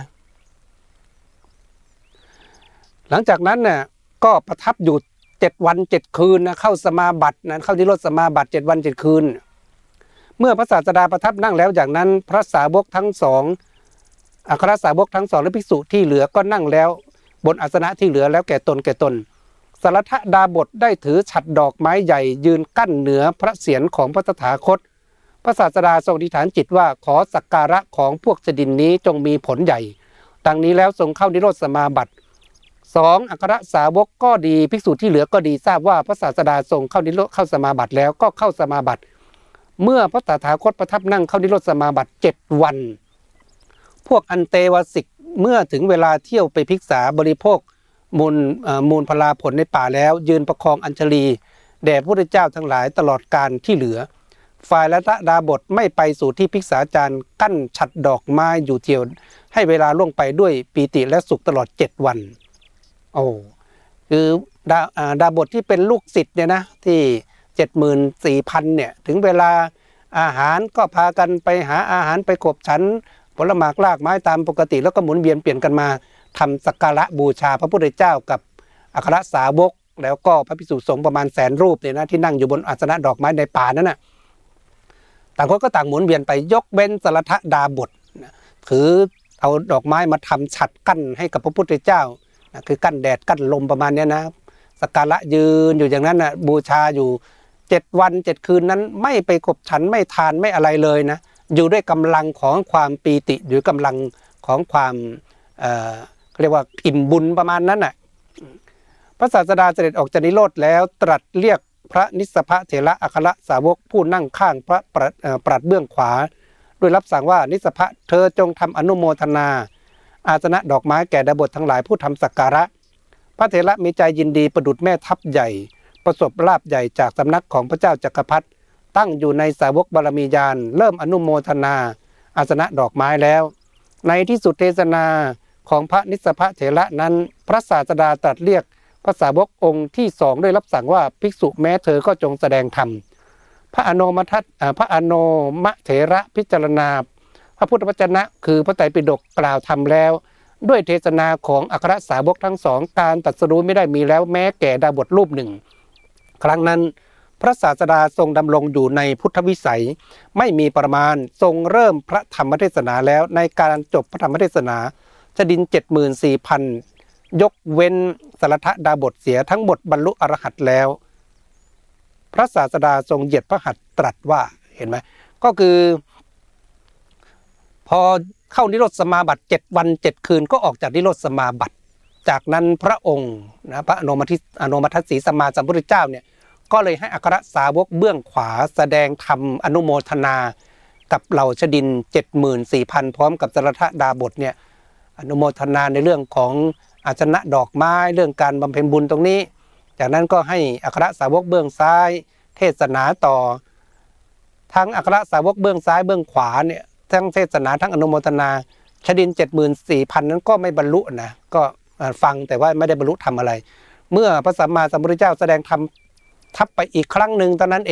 [SPEAKER 2] หลังจากนั้นเนี่ยก็ประทับอยู่7 วัน 7 คืนนะเข้าสมาบัตินะเข้านิโรธสมาบัติ7 วัน 7 คืนเมื่อพระศาสดาประทับนั่งแล้วอย่างนั้นพระสาวกทั้งสองอัครสาวกทั้งสองและภิกษุที่เหลือก็นั่งแล้วบนอาสนะที่เหลือแล้วแก่ตนสารทดาบทได้ถือฉัตรดอกไม้ใหญ่ยืนกั้นเหนือพระเศียรของพระตถาคตพระศาสดาทรงอธิษฐานจิตว่าขอสักการะของพวกสดินนี้จงมีผลใหญ่ดังนี้แล้วทรงเข้านิโรธสมาบัติ2อัครสาวกก็ดีภิกษุที่เหลือก็ดีทราบว่าพระศาสดาทรงเข้านิโรธเข้าสมาบัติแล้วก็เข้าสมาบัติเมื่อพระตถาคตประทับนั่งเข้านิโรธสมาบัติ7 วันพวกอันเตวสิกเมื่อถึงเวลาเที่ยวไปภิกษาบริโภคมูลพลาผลในป่าแล้วยืนประคองอัญชลีแด่พระพุทธเจ้าทั้งหลายตลอดการที่เหลือฝ่ายละทะดาบทไม่ไปสู่ที่ภิกษาจารย์กั้นฉัตรดอกไม้อยู่เที่ยวให้เวลาล่วงไปด้วยปีติและสุขตลอด7 วันโอ้คือดาบทที่เป็นลูกศิษย์เนี่ยนะที่74,000เนี่ยถึงเวลาอาหารก็พากันไปหาอาหารไปขบฉันผลหมากลากไม้ตามปกติแล้วก็หมุนเวียนเปลี่ยนกันมาทำสักการะบูชาพระพุทธเจ้ากับอัครสาวกแล้วก็พระภิกษุสงฆ์ประมาณ100,000 รูปเนี่ยนะที่นั่งอยู่บนอาสนะดอกไม้ในป่านั้นน่ะต่างคนก็ต่างหมุนเวียนไปยกเว้นสารทดาบทถือเอาดอกไม้มาทำฉัตรกั้นให้กับพระพุทธเจ้าคือกั้นแดดกั้นลมประมาณนี้นะสักการะยืนอยู่อย่างนั้นนะบูชาอยู่7 วัน 7 คืนนั้นไม่ไปขบฉันไม่ทานไม่อะไรเลยนะอยู่ด้วยกำลังของความปีติหรือกำลังของความเรียกว่าอิ่มบุญประมาณนั้นน่ะพระศาสดาเสด็จออกจากนิโรธแล้วตรัสเรียกพระนิสสภเถระอัครสาวกผู้นั่งข้างพระปรัดเบื้องขวาโดยรับสั่งว่านิสสภเธอจงทำอนุโมทนาอาสนะดอกไม้แก่ดาบททั้งหลายผู้ทำสักการะพระเถระมีใจยินดีประดุจแม่ทัพใหญ่ประสบลาภใหญ่จากสำนักของพระเจ้าจักรพรรดิตั้งอยู่ในสาวกบารมีญาณเริ่มอนุโมทนาอาสนะดอกไม้แล้วในที่สุดเทศนาของพระนิสสภเถระนั้นพระศาสดาตรัสเรียกพระสาวกองค์ที่2ด้วยรับสั่งว่าภิกษุแม้เธอก็จงแสดงธรรมพระอโนมเถระพิจารณาพระพุทธวจนะคือพระไตรปิฎกกล่าวธรรมแล้วด้วยเทศนาของอัครสาวกทั้งสองการตรัสรู้ไม่ได้มีแล้วแม้แก่ดาบทรูปหนึ่งครั้งนั้นพระศาสดาทรงดำรงอยู่ในพุทธวิสัยไม่มีประมาณทรงเริ่มพระธรรมเทศนาแล้วในการจบพระธรรมเทศนาชดิน 74,000 ยกเว้นสารทดาบทเสียทั้งหมดบรรลุอรหัตแล้วพระศาสดาทรงเหยียดพระหัตถ์ตรัสว่าเห็นไหมก็คือพอเข้านิโรธสมาบัติ7 วัน 7 คืนก็ออกจากนิโรธสมาบัติจากนั้นพระองค์นะพระอโนมัติสีสัมมาสัมพุทธเจ้าเนี่ยก็เลยให้อัครสาวกเบื้องขวาแสดงธรรมอนุโมทนากับเหล่าชดิน 74,000 พร้อมกับสารทดาบทเนี่ยอนุโมทนาในเรื่องของอาสนะดอกไม้เรื่องการบำเพ็ญบุญตรงนี้จากนั้นก็ให้อัครสาวกเบื้องซ้ายเทศนาต่อทั้งอัครสาวกเบื้องซ้ายเบื้องขวาเนี่ยทั้งเทศนาทั้งอนุโมทนาชดิน 74,000 นั้นก็ไม่บรรลุนะก็ฟังแต่ว่าไม่ได้บรรลุธรรมอะไรเมื่อพระสัมมาสัมพุทธเจ้าแสดงธรรมทับไปอีกครั้งหนึ่งตอนนั้นเอง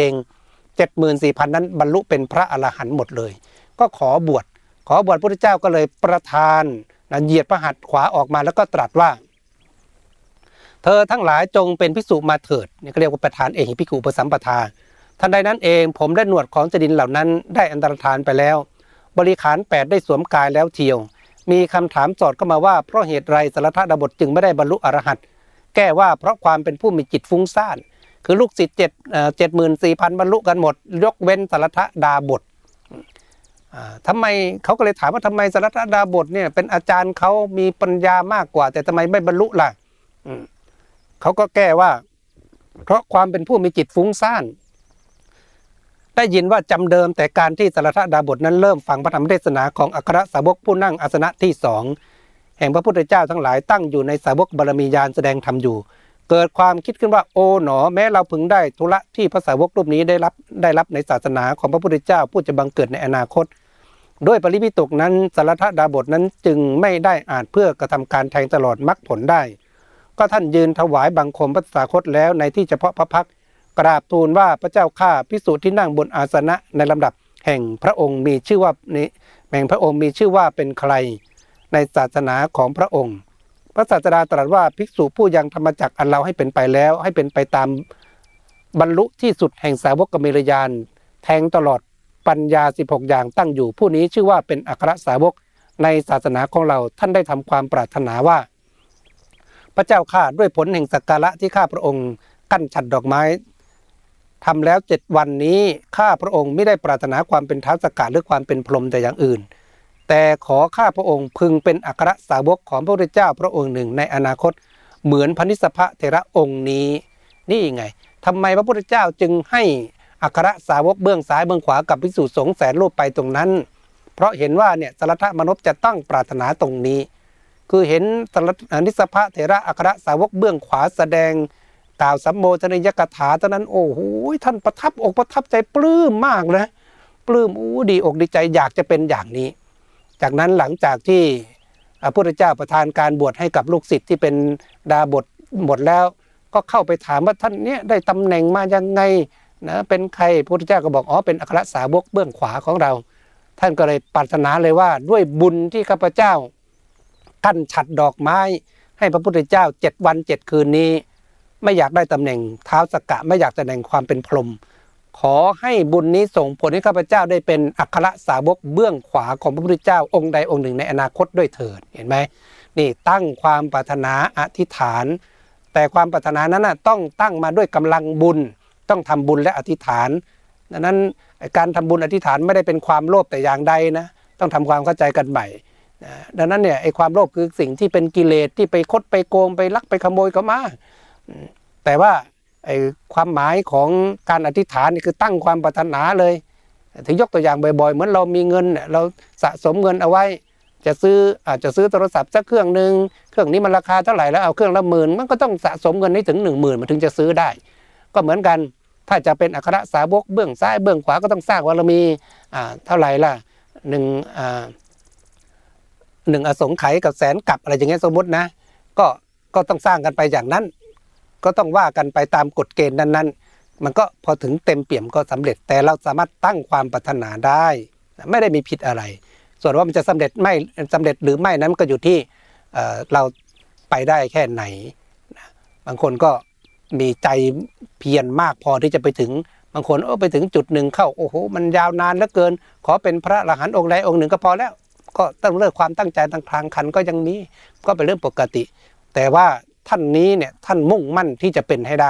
[SPEAKER 2] 74,000 นั้นบรรลุเป็นพระอรหันต์หมดเลยก็ขอบวชพระพุทธเจ้าก็เลยประทานเหยียดพระหัตถ์ขวาออกมาแล้วก็ตรัสว่าเธอทั้งหลายจงเป็นภิกษุมาเถิดนี่เขาเรียกว่าประธานเอหิภิกขุอุปสัมปทาทันใดนั้นเองผมได้หนวดของชดินเหล่านั้นได้อันตรธานไปแล้วบริขาร8ได้สวมกายแล้วเทียวมีคำถามสอดเข้ามาว่าเพราะเหตุไรสารทดาบทจึงไม่ได้บรรลุอรหัตแก้ว่าเพราะความเป็นผู้มีจิตฟุ้งซ่านคือลูกศิษย์74,000 บรรลุกันหมดยกเว้นสารทดาบททำไมเขาก็เลยถามว่าทำไมสารทดาบทเนี่ยเป็นอาจารย์เขามีปัญญามากกว่าแต่ทำไมไม่บรรลุล่ะเขาก็แก้ว่าเพราะความเป็นผู้มีจิตฟุ้งซ่านได้ยินว่าจำเดิมแต่การที่สารทดาบทนั้นเริ่มฟังพระธรรมเทศนาของอัครสาวกผู้นั่งอาสนะที่2แห่งพระพุทธเจ้าทั้งหลายตั้งอยู่ในสาวกบารมีญาณแสดงธรรมอยู่เกิดความคิดขึ้นว่าโอ๋หนอแม้เราพึงได้ธุระที่พระสาวกรูปนี้ได้รับในศาสนาของพระพุทธเจ้าผู้จะบังเกิดในอนาคตด้วยปริวิตกนั้นสารทดาบทนั้นจึงไม่ได้อาจเพื่อกระทำการแทงตลอดมรรคผลได้ก็ท่านยืนถวายบังคมพระตถาคตแล้วในที่เฉพาะพระพักตร์กราบทูลว่าพระเจ้าข้าภิกษุที่นั่งบนอาสนะในลำดับแห่งพระองค์มีชื่อว่าเป็นใครในศาสนาของพระองค์พระศาสดาตรัสว่าภิกษุผู้ยังธรรมจักรอันเราให้เป็นไปแล้วให้เป็นไปตามบรรลุที่สุดแห่งสาวกกมิรญาณแทงตลอดปัญญา16อย่างตั้งอยู่ผู้นี้ชื่อว่าเป็นอัครสาวกในศาสนาของเราท่านได้ทำความปรารถนาว่าพระเจ้าข้าด้วยผลแห่งสักการะที่ข้าพระองค์กั้นฉัตรดอกไม้ทำแล้ว7 วันนี้ข้าพระองค์ไม่ได้ปรารถนาความเป็นท้าวสักกะหรือความเป็นพรหมแต่อย่างอื่นแต่ขอข้าพระองค์พึงเป็นอัครสาวกของพระพุทธเจ้าพระองค์หนึ่งในอนาคตเหมือนพนิสสพเถระองค์นี้นี่ไงทำไมพระพุทธเจ้าจึงให้อัครสาวกเบื้องซ้ายเบื้องขวากับภิกษุสงฆ์แสนรูปไปตรงนั้นเพราะเห็นว่าเนี่ยสรัทธมนพจะต้องปรารถนาตรงนี้คือเห็นนิสสพเถระอัครสาวกเบื้องขวาแสดงกล่าวสัมโมทนิยกถาตอนนั้นโอ้โหท่านประทับอกประทับใจปลื้มมากนะปลื้มดีอกดีใจอยากจะเป็นอย่างนี้จากนั้นหลังจากที่พระพุทธเจ้าประทานการบวชให้กับลูกศิษย์ที่เป็นดาบทหมดแล้วก็เข้าไปถามว่าท่านเนี่ยได้ตำแหน่งมายังไงนะเป็นใครพระพุทธเจ้าก็บอกเป็นอัครสาวกเบื้องขวาของเราท่านก็เลยปรารถนาเลยว่าด้วยบุญที่ข้าพเจ้ากั้นฉัตรดอกไม้ให้พระพุทธเจ้า7 วัน 7 คืนนี้ไม่อยากได้ตำแหน่งท้าวสักกะไม่อยากตำแหน่งความเป็นพรหมขอให้บุญนี้ส่งผลให้ข้าพเจ้าได้เป็นอัครสาวกเบื้องขวาของพระพุทธเจ้าองค์ใดองค์หนึ่งในอนาคตด้วยเถิดเห็นไหมนี่ตั้งความปรารถนาอธิษฐานแต่ความปรารถนานั้นต้องตั้งมาด้วยกำลังบุญต้องทำบุญและอธิษฐานดังนั้นการทำบุญอธิษฐานไม่ได้เป็นความโลภแต่อย่างใดนะต้องทำความเข้าใจกันใหม่ดังนั้นเนี่ยไอ้ความโลภคือสิ่งที่เป็นกิเลสที่ไปคดไปโกงไปลักไปขโมยก็มาแต่ว่าไอ้ความหมายของการอธิษฐานนี่คือตั้งความปรารถนาเลยถึงยกตัวอย่างบ่อยๆเหมือนเรามีเงินเราสะสมเงินเอาไว้อาจจะซื้อโทรศัพท์สักเครื่องนึงเครื่องนี้มันราคาเท่าไหร่แล้วเอาเครื่องละ10,000มันก็ต้องสะสมเงินให้ถึง 10,000มันถึงจะซื้อได้ก็เหมือนกันถ้าจะเป็นอัครสาวกเบื้องซ้ายเบื้องขวาก็ต้องสร้างบารมีเท่าไหร่ล่ะ1 อสงไขยกับ100,000 กับอะไรอย่างเงี้ยสมมตินะก็ต้องสร้างกันไปอย่างนั้นก็ต้องว่ากันไปตามกฎเกณฑ์นั้นๆมันก็พอถึงเต็มเปี่ยมก็สำเร็จแต่เราสามารถตั้งความปรารถนาได้ไม่ได้มีผิดอะไรส่วนว่ามันจะสำเร็จไม่สำเร็จหรือไม่นั้นก็อยู่ที่เราไปได้แค่ไหนบางคนก็มีใจเพียรมากพอที่จะไปถึงบางคนไปถึงจุดหนึ่งเข้าโอ้โหมันยาวนานเหลือเกินขอเป็นพระอรหันต์องค์ใดองค์หนึ่งก็พอแล้วก็ต้องเลิกความตั้งใจทางคลางคันก็ยังมีก็เป็นเรื่องปกติแต่ว่าท่านนี้เนี่ยท่านมุ่งมั่นที่จะเป็นให้ได้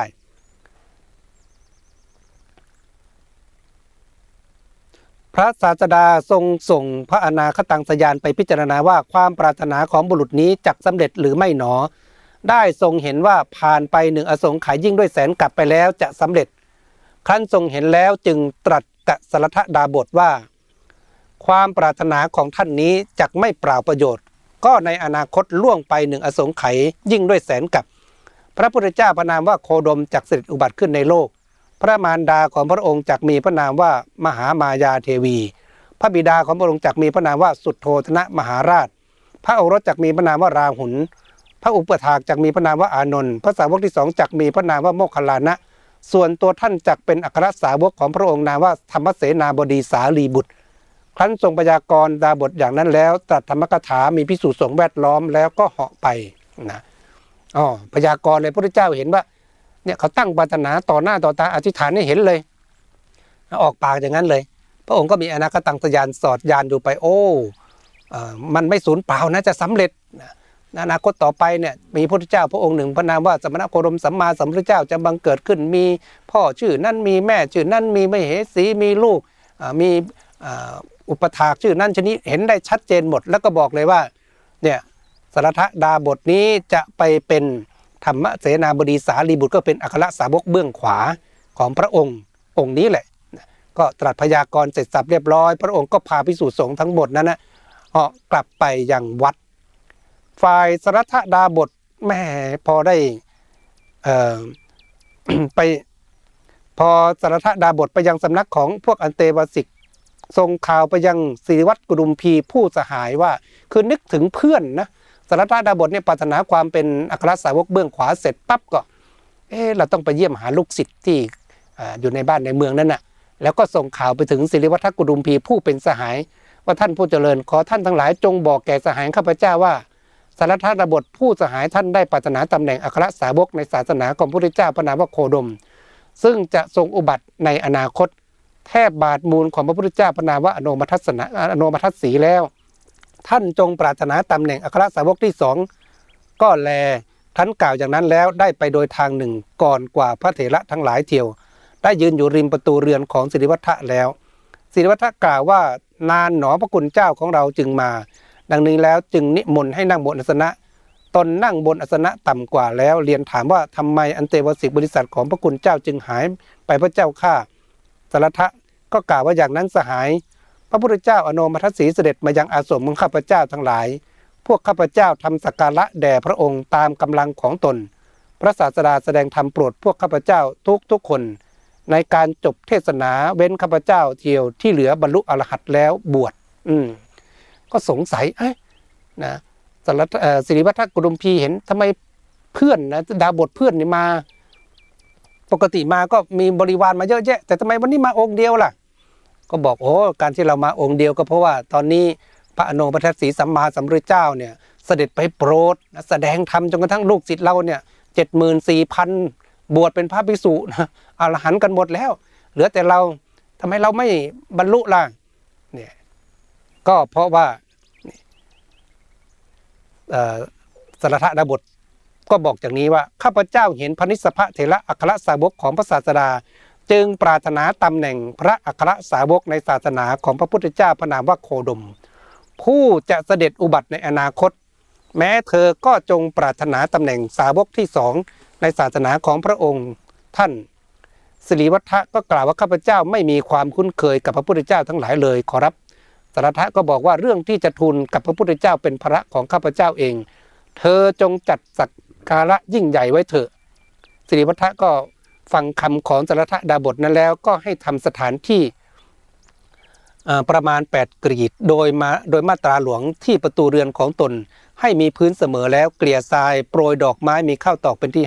[SPEAKER 2] พระศาสดาทรงส่งพระอนาคตังสยานไปพิจารณาว่าความปรารถนาของบุรุษนี้จักสำเร็จหรือไม่หนอได้ทรงเห็นว่าผ่านไป1 อสงไขยยิ่งด้วย100,000 กับไปแล้วจะสำเร็จครั้นทรงเห็นแล้วจึงตรัสกับสรัทธดาบทว่าความปรารถนาของท่านนี้จักไม่เปล่าประโยชน์ก็ในอนาคตล่วงไป1 อสงไขยยิ่งด้วย100,000 กับพระพุทธเจ้าพระนามว่าโคดมจักเสด็จอุบัติขึ้นในโลกพระมารดาของพระองค์จักมีพระนามว่ามหามายาเทวีพระบิดาของพระองค์จักมีพระนามว่าสุทโธทนะมหาราชพระโอรสจักมีพระนามว่าราหุลพระอุปถากจักมีพระนามว่าอานนท์พระสาวกที่2จักมีพระนามว่าโมคคัลลานะส่วนตัวท่านจักเป็นอัครสาวกของพระองค์นามว่าธรรมเสนาบดีสาลีบุตรครั้นทรงพยากรณ์ดาบทอย่างนั้นแล้วตรัสธรรมกถามีภิกษุสงฆ์แวดล้อมแล้วก็เหาะไปนะพยากรณ์เลยพระพุทธเจ้าเห็นว่าเนี่ยเขาตั้งปรารถนาต่อหน้าต่อตาอธิษฐานให้เห็นเลยออกปากอย่างนั้นเลยพระองค์ก็มีอนาคตังสยานสอดยานดูไปมันไม่สูญเปล่านะจะสำเร็จอนาคตต่อไปเนี่ยมีพระพุทธเจ้าพระองค์หนึ่งพระนามว่าสมณโคดมสัมมาสัมพุทธเจ้าจะบังเกิดขึ้นมีพ่อชื่อนั้นมีแม่ชื่อนั้นมีมเหสีมีลูกมีอุปถากชื่อนั้นชนิดเห็นได้ชัดเจนหมดแล้วก็บอกเลยว่าเนี่ยสรัทธดาบทนี้จะไปเป็นธรรมเสนาบดีสารีบุตรก็เป็นอัครสาวกเบื้องขวาของพระองค์นี้แหละก็ตรัสพยากรณ์เสร็จสับเรียบร้อยพระองค์ก็พาภิกษุสงฆ์ทั้งหมดนั้นนะกลับไปยังวัดฝ่ายสรัทธดาบทแม่พอได้ไปพอสรัทธดาบทไปยังสำนักของพวกอันเตวสิกส่งข่าวไปยังศิริวัตรกุดุมพีผู้สหายว่าคือนึกถึงเพื่อนนะสรัทธดาบทเนี่ยปรารถนาความเป็นอัครสาวกเบื้องขวาเสร็จปั๊บก็เราต้องไปเยี่ยมหาลูกศิษย์ที่อยู่ในบ้านในเมืองนั้นน่ะแล้วก็ส่งข่าวไปถึงศิริวัตรกุดุมพีผู้เป็นสหายว่าท่านผู้เจริญขอท่านทั้งหลายจงบอกแก่สหายข้าพเจ้าว่าสรัทธดาบทผู้สหายท่านได้ปรารถนาตำแหน่งอัครสาวกในศาสนาของพระพุทธเจ้าพระนามว่าโคดมซึ่งจะทรงอุบัติในอนาคตแทบบาทมูลของพระพุทธเจ้าพระนามว่าอโนมทัสสีแล้วท่านจงปรารถนาตำแหน่งอัครสาวกที่สองก็แลท่านกล่าวอย่างนั้นแล้วได้ไปโดยทางหนึ่งก่อนกว่าพระเถระทั้งหลายเที่ยวได้ยืนอยู่ริมประตูเรือนของสิริวัฒน์แล้วสิริวัฒน์กล่าวว่านานหนอพระคุณเจ้าของเราจึงมาดังนี้แล้วจึงนิมนต์ให้นั่งบนอาสนะตนนั่งบนอาสนะต่ำกว่าแล้วเรียนถามว่าทำไมอันเตวสิกบริษัทของพระคุณเจ้าจึงหายไปพระเจ้าข้าสารทะก็กล่าวว่าอย่างนั้นสหายพระพุทธเจ้าอโนมทัสสีเสด็จมายังอาสมของข้าพเจ้าทั้งหลายพวกข้าพเจ้าทำสักการะแด่พระองค์ตามกำลังของตนพระศาสดาแสดงธรรมโปรดพวกข้าพเจ้าทุกคนในการจบเทศนาเว้นข้าพเจ้าเที่ยวที่เหลือบรรลุอรหัตแล้วบวชก็สงสัยนะสิริวัฒน์กุดุมพีเห็นทำไมเพื่อนนะดาบทเพื่อนนี่มาปกติมาก็มีบริวารมาเยอะแยะแต่ทำไมวันนี้มาองค์เดียวล่ะก็บอกการที่เรามาองค์เดียวก็เพราะว่าตอนนี้พระอโนมทัสสีสัมมาสัมพุทธเจ้าเนี่ยเสด็จไปโปรดแสดงธรรมจนกระทั่งลูกศิษย์เราเนี่ย 74,000 บวชเป็นพระภิกษุนะอรหันต์กันหมดแล้วเหลือแต่เราทำไมเราไม่บรรลุล่ะเนี่ยก็เพราะว่าสารถดาบทก็บอกอย่างนี้ว่าข้าพเจ้าเห็นพระนิสสพเถระอัครสาวกของพระศาสดาจึงปรารถนาตำแหน่งพระอัครสาวกในศาสนาของพระพุทธเจ้าพระนามว่าโคดมผู้จะเสด็จอุบัติในอนาคตแม้เธอก็จงปรารถนาตำแหน่งสาวกที่สองในศาสนาของพระองค์ท่านสิริวัฒน์ก็กล่าวว่าข้าพเจ้าไม่มีความคุ้นเคยกับพระพุทธเจ้าทั้งหลายเลยขอรับสารถะก็บอกว่าเรื่องที่จะทูลกับพระพุทธเจ้าเป็นภาระของข้าพเจ้าเองเธอจงจัดสักการะยิ่งใหญ่ไว้เถอะสิริวัฒน์ก็ฟังคำของสารถดาบทนั้นแล้วก็ให้ทำสถานที่ประมาณ8 กรีดโดยมาตราหลวงที่ประตูเรือนของตนให้มีพื้นเสมอแล้วเกลี่ยทรายโปรยดอกไม้มีข้าวตอกเป็นที่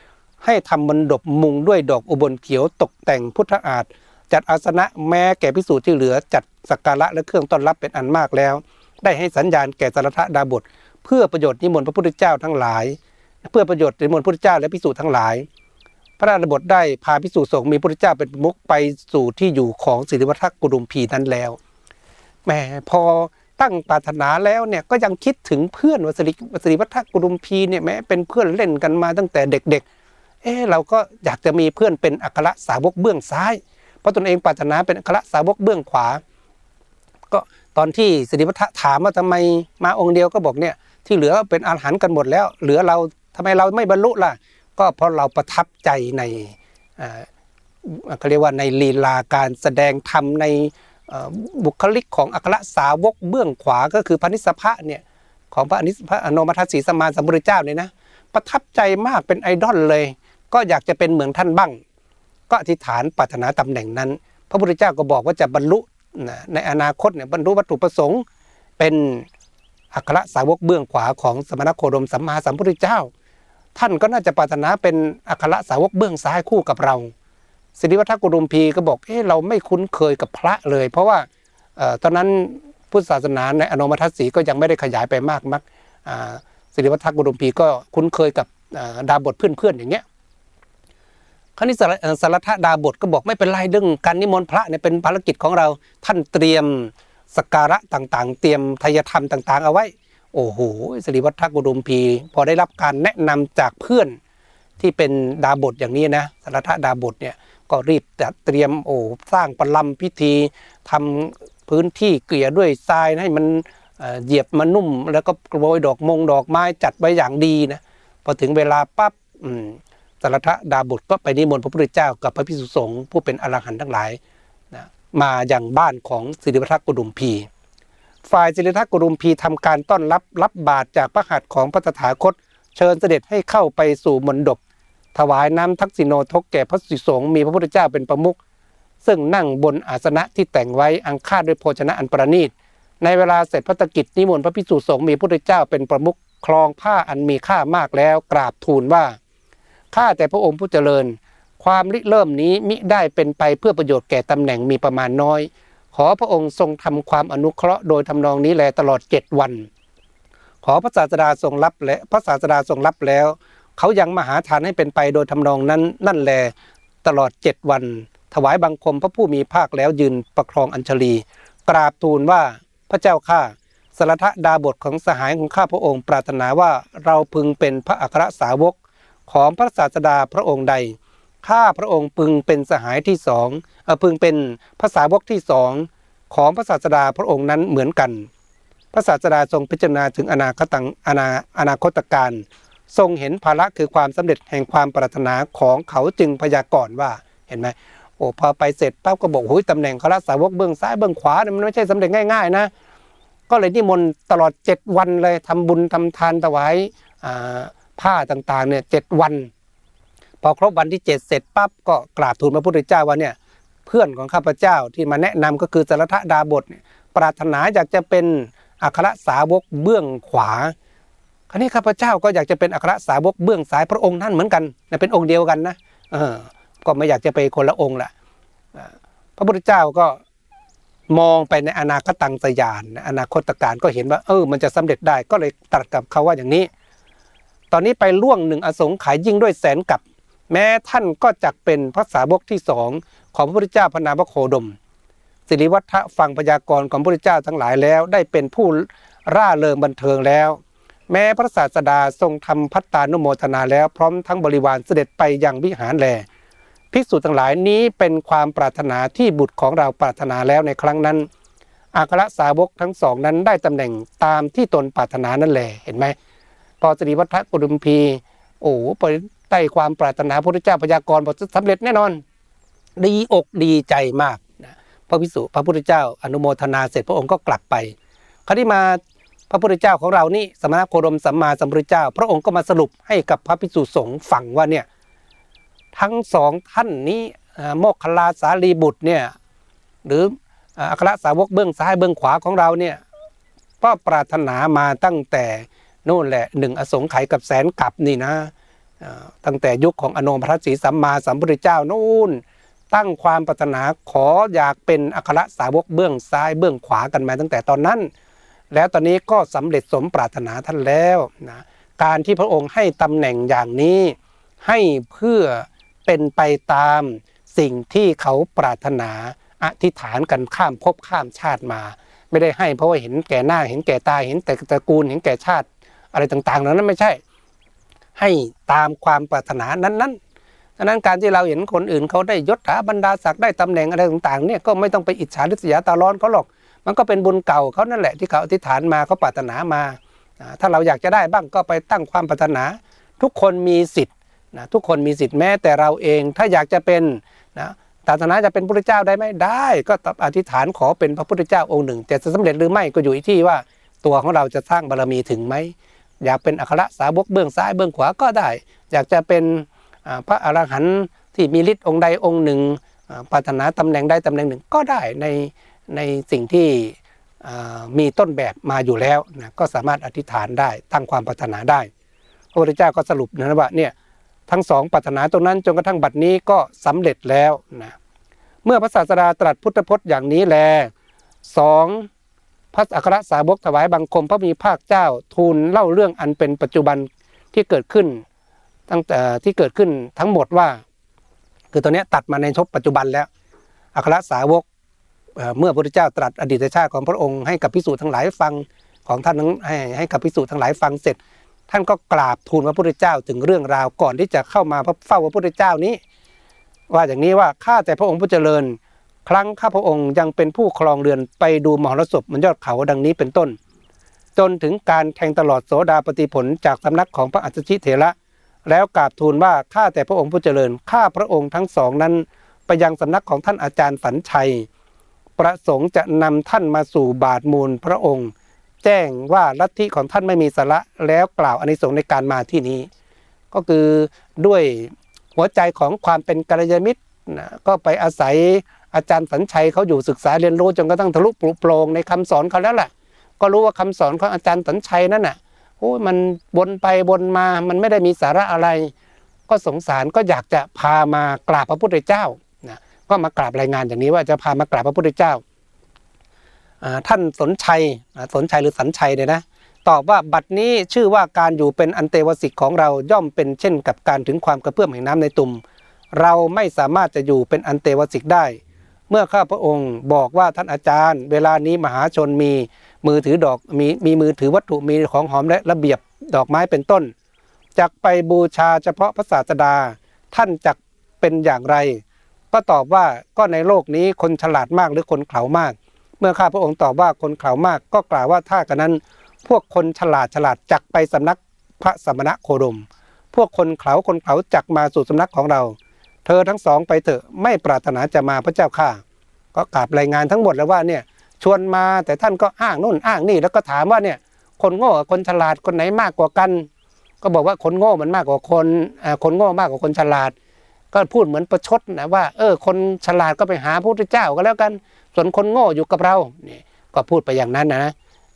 [SPEAKER 2] 5ให้ทำมณฑปมุงด้วยดอกอุบลเขียวตกแต่งพุทธอาฏจัดอาสนะแม้แก่ภิกษุที่เหลือจัดสักการะและเครื่องต้อนรับเป็นอันมากแล้วได้ให้สัญญาณแก่สารถดาบทเพื่อประโยชน์นิมนต์พระพุทธเจ้าทั้งหลายเพื่อประโยชน์นิมนต์พระพุทธเจ้าและภิกษุทั้งหลายพระดาบทได้พาภิกษุสงฆ์มีพระพุทธเจ้าเป็นประมุขไปสู่ที่อยู่ของสิริวัฒน์กุดุมพีนั้นแล้วแม่พอตั้งปรารถนาแล้วเนี่ยก็ยังคิดถึงเพื่อนว่าสิริวัฒน์กุดุมพีเนี่ยแม้เป็นเพื่อนเล่นกันมาตั้งแต่เด็กๆเราก็อยากจะมีเพื่อนเป็นอัครสาวกเบื้องซ้ายเพราะตนเองปรารถนาเป็นอัครสาวกเบื้องขวาก็ตอนที่สิริวัฒน์ถามว่าทำไมมาองค์เดียวก็บอกเนี่ยที่เหลือเป็นอรหันต์กันหมดแล้วเหลือเราทำไมเราไม่บรรลุล่ะก็เพราะเราประทับใจในเขาเรียกว่าในลีลาการแสดงธรรมในบุคลิกของอัครสาวกเบื้องขวาก็คือพระนิสสพะเนี่ยของพระอโนมทัสสีสัมมาสัมพุทธเจ้าเนี่ยนะประทับใจมากเป็นไอดอลเลยก็อยากจะเป็นเหมือนท่านบ้างก็อธิษฐานปรารถนาตำแหน่งนั้นพระพุทธเจ้าก็บอกว่าจะบรรลุในอนาคตเนี่ยบรรลุวัตถุประสงค์เป็นอัครสาวกเบื้องขวาของสมณโคดมสัมมาสัมพุทธเจ้าท่านก็น่าจะปรารถนาเป็นอัครสาวกเบื้องซ้ายคู่กับเราสิริวัฒน์กุดุมพีก็บอกเราไม่คุ้นเคยกับพระเลยเพราะว่าตอนนั้นพุทธศาสนาในอโนมทัสสีก็ยังไม่ได้ขยายไปมากนักสิริวัฒน์กุดุมพีก็คุ้นเคยกับดาบทเพื่อนๆอย่างเงี้ยคราวนี้สารถดาบทก็บอกไม่เป็นไรเรื่องการนิมนต์พระเนี่ยเป็นภารกิจของเราท่านเตรียมสักการะต่างๆเตรียมไทยธรรมต่างๆเอาไว้โอ้โหสิริวัฒน์กุดุมพีพอได้รับการแนะนำจากเพื่อนที่เป็นดาบทอย่างนี้นะสารถดาบทเนี่ยก็รีบจัดเตรียมสร้างประลัมพิธีทำพื้นที่เกลี่ยด้วยทรายให้มันเหยียบมันนุ่มแล้วก็โรยดอกไม้จัดไว้อย่างดีนะพอถึงเวลาปั๊บสารถดาบทก็ไปนิมนต์พระพุทธเจ้ากับพระภิกษุสงฆ์ผู้เป็นอรหันต์ทั้งหลายนะมาอย่างบ้านของสิริวัฒน์กุดุมพีฝ่ายสิริวัฒน์กุดุมพีทำการต้อนรับบาตรจากพระหัตถ์ของพระตถาคตเชิญเสด็จให้เข้าไปสู่มณฑปถวายน้ำทักษิโนทกแก่พระภิกษุสงฆ์มีพระพุทธเจ้าเป็นประมุขซึ่งนั่งบนอาสนะที่แต่งไว้อังคาดด้วยโภชนะอันประณีตในเวลาเสร็จพัฒกิจนิมนต์พระภิกษุสงฆ์มีพระพุทธเจ้าเป็นประมุขครองผ้าอันมีค่ามากแล้วกราบทูลว่าข้าแต่พระองค์ผู้เจริญความริเริ่มนี้มิได้เป็นไปเพื่อประโยชน์แก่ตำแหน่งมีประมาณน้อยขอพระองค์ทรงทำความอนุเคราะห์โดยทำนองนี้แลตลอด7 วันขอพระศาสดาทรงรับและพระศาสดาทรงรับแล้วเขายังมหาทานให้เป็นไปโดยทำนองนั้นนั่นแลตลอด7 วันถวายบังคมพระผู้มีภาคแล้วยืนประคองอัญชลีกราบทูลว่าพระเจ้าข้าสรทดาบทของสหายของข้าพระองค์ปรารถนาว่าเราพึงเป็นพระอัครสาวกของพระศาสดาพระองค์ใดข้าพระองค์พึงเป็นสหายที่สองพึงเป็นพระสาวกที่สองของพระศาสดาพระองค์นั้นเหมือนกันพระศาสดาทรงพิจารณาถึงอนาคตการทรงเห็นภาระคือความสำเร็จแห่งความปรารถนาของเขาจึงพยากรณ์ว่าเห็นไหมพอไปเสร็จปั๊บก็บอกโอ้ยตำแหน่งอัครสาวกเบื้องซ้ายเบื้องขวามันไม่ใช่สำเร็จง่ายๆนะก็เลยนิมนต์ตลอด7วันเลยทำบุญทำทานถวายผ้าต่างๆเนี่ย7วันพอครบวันที่7เสร็จปั๊บก็กราบทูลพระพุทธเจ้าว่าเนี่ยเพื่อนของข้าพเจ้าที่มาแนะนำก็คือสรทดาบทปรารถนาอยากจะเป็นอัครสาวกเบื้องขวาคราวนี้ข้าพเจ้าก็อยากจะเป็นอัครสาวกเบื้องซ้ายพระองค์ท่านเหมือนกันเป็นองค์เดียวกันนะก็ไม่อยากจะไปคนละองค์แหละพระพุทธเจ้าก็มองไปในอนาคตังสยานอนาคตการก็เห็นว่ามันจะสำเร็จได้ก็เลยตรัสกับเขาว่าอย่างนี้ตอนนี้ไปล่วง1อสงไขยยิ่งด้วยแสนกับแม้ท่านก็จักเป็นพระสาวกที่สองของพระพุทธเจ้าพระนามพระโคดมสิริวัฒน์ฟังพยากรณ์ของพระพุทธเจ้าทั้งหลายแล้วได้เป็นผู้ร่าเริงบันเทิงแล้วแม้พระศาสดาทรงทำภัตตานุโมทนาแล้วพร้อมทั้งบริวารเสด็จไปยังวิหารแลภิกษุทั้งหลายนี้เป็นความปรารถนาที่บุตรของเราปรารถนาแล้วในครั้งนั้นอัครสาวกทั้งสองนั้นได้ตำแหน่งตามที่ตนปรารถนานั่นแหละเห็นไหมพอสิริวัฒน์กุดุมพีไปใต้ความปรารถนาพระพุทธเจ้าพยากรณ์บอกสำเร็จแน่นอนดีอกดีใจมากนะพระพุทธเจ้าอนุโมทนาเสร็จพระองค์ก็กลับไปคราวนี้มาพระพุทธเจ้าของเรานี่สมณโคดมสัมมาสัมพุทธเจ้าพระองค์ก็มาสรุปให้กับพระภิกษุสงฆ์ฟังว่าเนี่ยทั้งสองท่านนี้โมคคัลลาสารีบุตรเนี่ยหรืออัครสาวกเบื้องซ้ายเบื้องขวาของเราเนี่ยก็ปรารถนามาตั้งแต่นู่นแหละ1อสงไขยกับแสนกับนี่นะตั้งแต่ยุคของอโนมพระศรีสัมมาสัมพุทธเจ้านู่นตั้งความปรารถนาขออยากเป็นอัครสาวกเบื้องซ้ายเบื้องขวากันมาตั้งแต่ตอนนั้นแล้วตอนนี้ก็สำเร็จสมปรารถนาท่านแล้วนะการที่พระองค์ให้ตำแหน่งอย่างนี้ให้เพื่อเป็นไปตามสิ่งที่เขาปรารถนาอธิษฐานกันข้ามภพข้ามชาติมาไม่ได้ให้เพราะว่าเห็นแก่หน้าเห็นแก่ตาเห็นแต่ตระกูลเห็นแก่ชาติอะไรต่างๆนั้นไม่ใช่ให้ตามความปรารถนานั้นๆดังนั้นการที่เราเห็นคนอื่นเขาได้ยศถาบรรดาศักดิ์ได้ตำแหน่งอะไรต่างๆเนี่ยก็ไม่ต้องไปอิจฉาริษยาตาร้อนเขาหรอกมันก็เป็นบุญเก่าเขานั่นแหละที่เขาอธิษฐานมาเขาปรารถนามาถ้าเราอยากจะได้บ้างก็ไปตั้งความปรารถนาทุกคนมีสิทธิ์นะทุกคนมีสิทธิ์แม้แต่เราเองถ้าอยากจะเป็นนะปรารถนาจะเป็นพระพุทธเจ้าได้ไหมได้ก็อธิษฐานขอเป็นพระพุทธเจ้าองค์หนึ่งแต่จะสำเร็จหรือไม่ก็อยู่ที่ว่าตัวของเราจะสร้างบารมีถึงไหมอยากเป็นอัครสาวกเบื้องซ้ายเบื้องขวาก็ได้อยากจะเป็นพระอรหันต์ที่มีฤทธิ์องค์ใดองค์หนึ่งปรารถนาตำแหน่งใดตำแหน่งหนึ่งก็ได้ในสิ่งที่มีต้นแบบมาอยู่แล้วนะก็สามารถอธิษฐานได้ตั้งความปรารถนาได้พระพุทธเจ้าก็สรุปนะว่าเนี่ยทั้งสองปรารถนาตรงนั้นจนกระทั่งบัดนี้ก็สำเร็จแล้วนะเมื่อพระศาสดาตรัสพุทธพจน์อย่างนี้แลสองพระอัครสาวกถวายบังคมพระมีภาคเจ้าทูลเล่าเรื่องอันเป็นปัจจุบันที่เกิดขึ้นตั้งแต่ที่เกิดขึ้นทั้งหมดว่าคือตัวนี้ตัดมาในชบปัจจุบันแล้วอัครสาวกเมื่อพระพุทธเจ้าตรัสอดีตชาติของพระองค์ให้กับภิกษุทั้งหลายฟังของท่านนั้นให้กับภิกษุทั้งหลายฟังเสร็จท่านก็กราบทูลพระพุทธเจ้าถึงเรื่องราวก่อนที่จะเข้ามาเฝ้าพระพุทธเจ้านี้ว่าอย่างนี้ว่าข้าแต่พระองค์ผู้เจริญครั้งข้าพระองค์ยังเป็นผู้ครองเรือนไปดูมหรสพบนยอดเขาดังนี้เป็นต้นจนถึงการแทงตลอดโสดาปัตติผลจากสำนักของพระอัสสชิเถระแล้วกราบทูลว่าข้าแต่พระองค์ผู้เจริญข้าพระองค์ทั้งสองนั้นไปยังสำนักของท่านอาจารย์สัญชัยประสงค์จะนำท่านมาสู่บาทมูลพระองค์แจ้งว่าลัทธิของท่านไม่มีสาระแล้วกล่าวอานิสงส์ในการมาที่นี้ก็คือด้วยหัวใจของความเป็นกัลยาณมิตรนะก็ไปอาศัยอาจารย์สัญชัยเขาอยู่ศึกษาเรียนรู้จนกระทั่งทะลุปลุกโปร่งในคำสอนเขาแล้วแหละก็รู้ว่าคำสอนของอาจารย์สัญชัยนั่นน่ะมันวนไปวนมามันไม่ได้มีสาระอะไรก็สงสารก็อยากจะพามากราบพระพุทธเจ้านะก็มากราบรายงานอย่างนี้ว่าจะพามากราบพระพุทธเจ้าท่านสนชัยหรือสัญชัยเนี่ยนะตอบว่าบัดนี้ชื่อว่าการอยู่เป็นอันเตวสิกของเราย่อมเป็นเช่นกับการถึงความกระเพื่อมแห่งน้ำในตุ่มเราไม่สามารถจะอยู่เป็นอันเตวสิกได้เมื่อข้าพระองค์บอกว่าท่านอาจารย์เวลานี้มหาชนมีมือถือดอกมีมือถือวัตถุมีของหอมและระเบียบดอกไม้เป็นต้นจักไปบูชาเฉพาะพระศาสดาท่านจักเป็นอย่างไรก็ตอบว่าก็ในโลกนี้คนฉลาดมากหรือคนเขลามากเมื่อข้าพระองค์ตอบว่าคนเขลามากก็กล่าวว่าถ้ากันนั้นพวกคนฉลาดจักไปสำนักพระสมณโคดมพวกคนเขลาจักมาสู่สำนักของเราเธอทั้งสองไปเถอะไม่ปรารถนาจะมาพระเจ้าข้าก็กราบรายงานทั้งหมดแล้วว่าเนี่ยชวนมาแต่ท่านก็อ้างนู่นอ้างนี่แล้วก็ถามว่าเนี่ยคนโง่กับคนฉลาดคนไหนมากกว่ากันก็บอกว่าคนโง่มันมากกว่าคนโง่มากกว่าคนฉลาดก็พูดเหมือนประชดนะว่าคนฉลาดก็ไปหาพระพุทธเจ้าก็แล้วกันส่วนคนโง่อยู่กับเรานี่ก็พูดไปอย่างนั้นนะ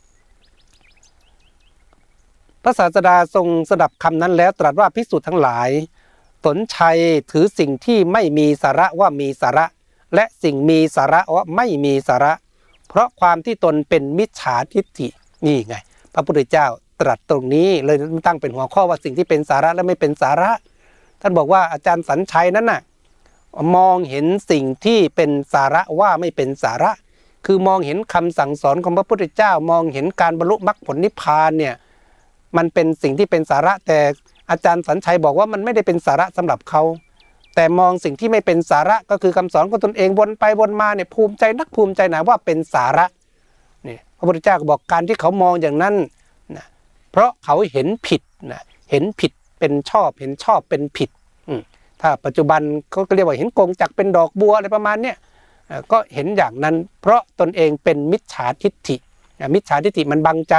[SPEAKER 2] พระศาสดาทรงสดับคำนั้นแล้วตรัสว่าภิกษุทั้งหลายสนใจถือสิ่งที่ไม่มีสาระว่ามีสาระและสิ่งมีสาระว่าไม่มีสาระเพราะความที่ตนเป็นมิจฉาทิฏฐินี่ไงพระพุทธเจ้าตรัสตรงนี้เลยตั้งเป็นหัวข้อว่าสิ่งที่เป็นสาระและไม่เป็นสาระท่านบอกว่าอาจารย์สัญชัยนั้นน่ะมองเห็นสิ่งที่เป็นสาระว่าไม่เป็นสาระคือมองเห็นคำสั่งสอนของพระพุทธเจ้ามองเห็นการบรรลุมรรคผลนิพพานเนี่ยมันเป็นสิ่งที่เป็นสาระแต่อาจารย์สัญชัยบอกว่ามันไม่ได้เป็นสาระสำหรับเขาแต่มองสิ่งที่ไม่เป็นสาระก็คือคำสอนของตนเองวนไปวนมาเนี่ยภูมิใจนักภูมิใจหนาว่าเป็นสาระนี่พระพุทธเจ้าก็บอกการที่เขามองอย่างนั้นนะเพราะเขาเห็นผิดนะเห็นผิดเป็นชอบเห็นชอบเป็นผิดถ้าปัจจุบันเขาก็เรียกว่าเห็นกงจักเป็นดอกบัวอะไรประมาณเนี้ยก็เห็นอย่างนั้นเพราะตนเองเป็นมิจฉาทิฏฐิมิจฉาทิฏฐิมันบังใจ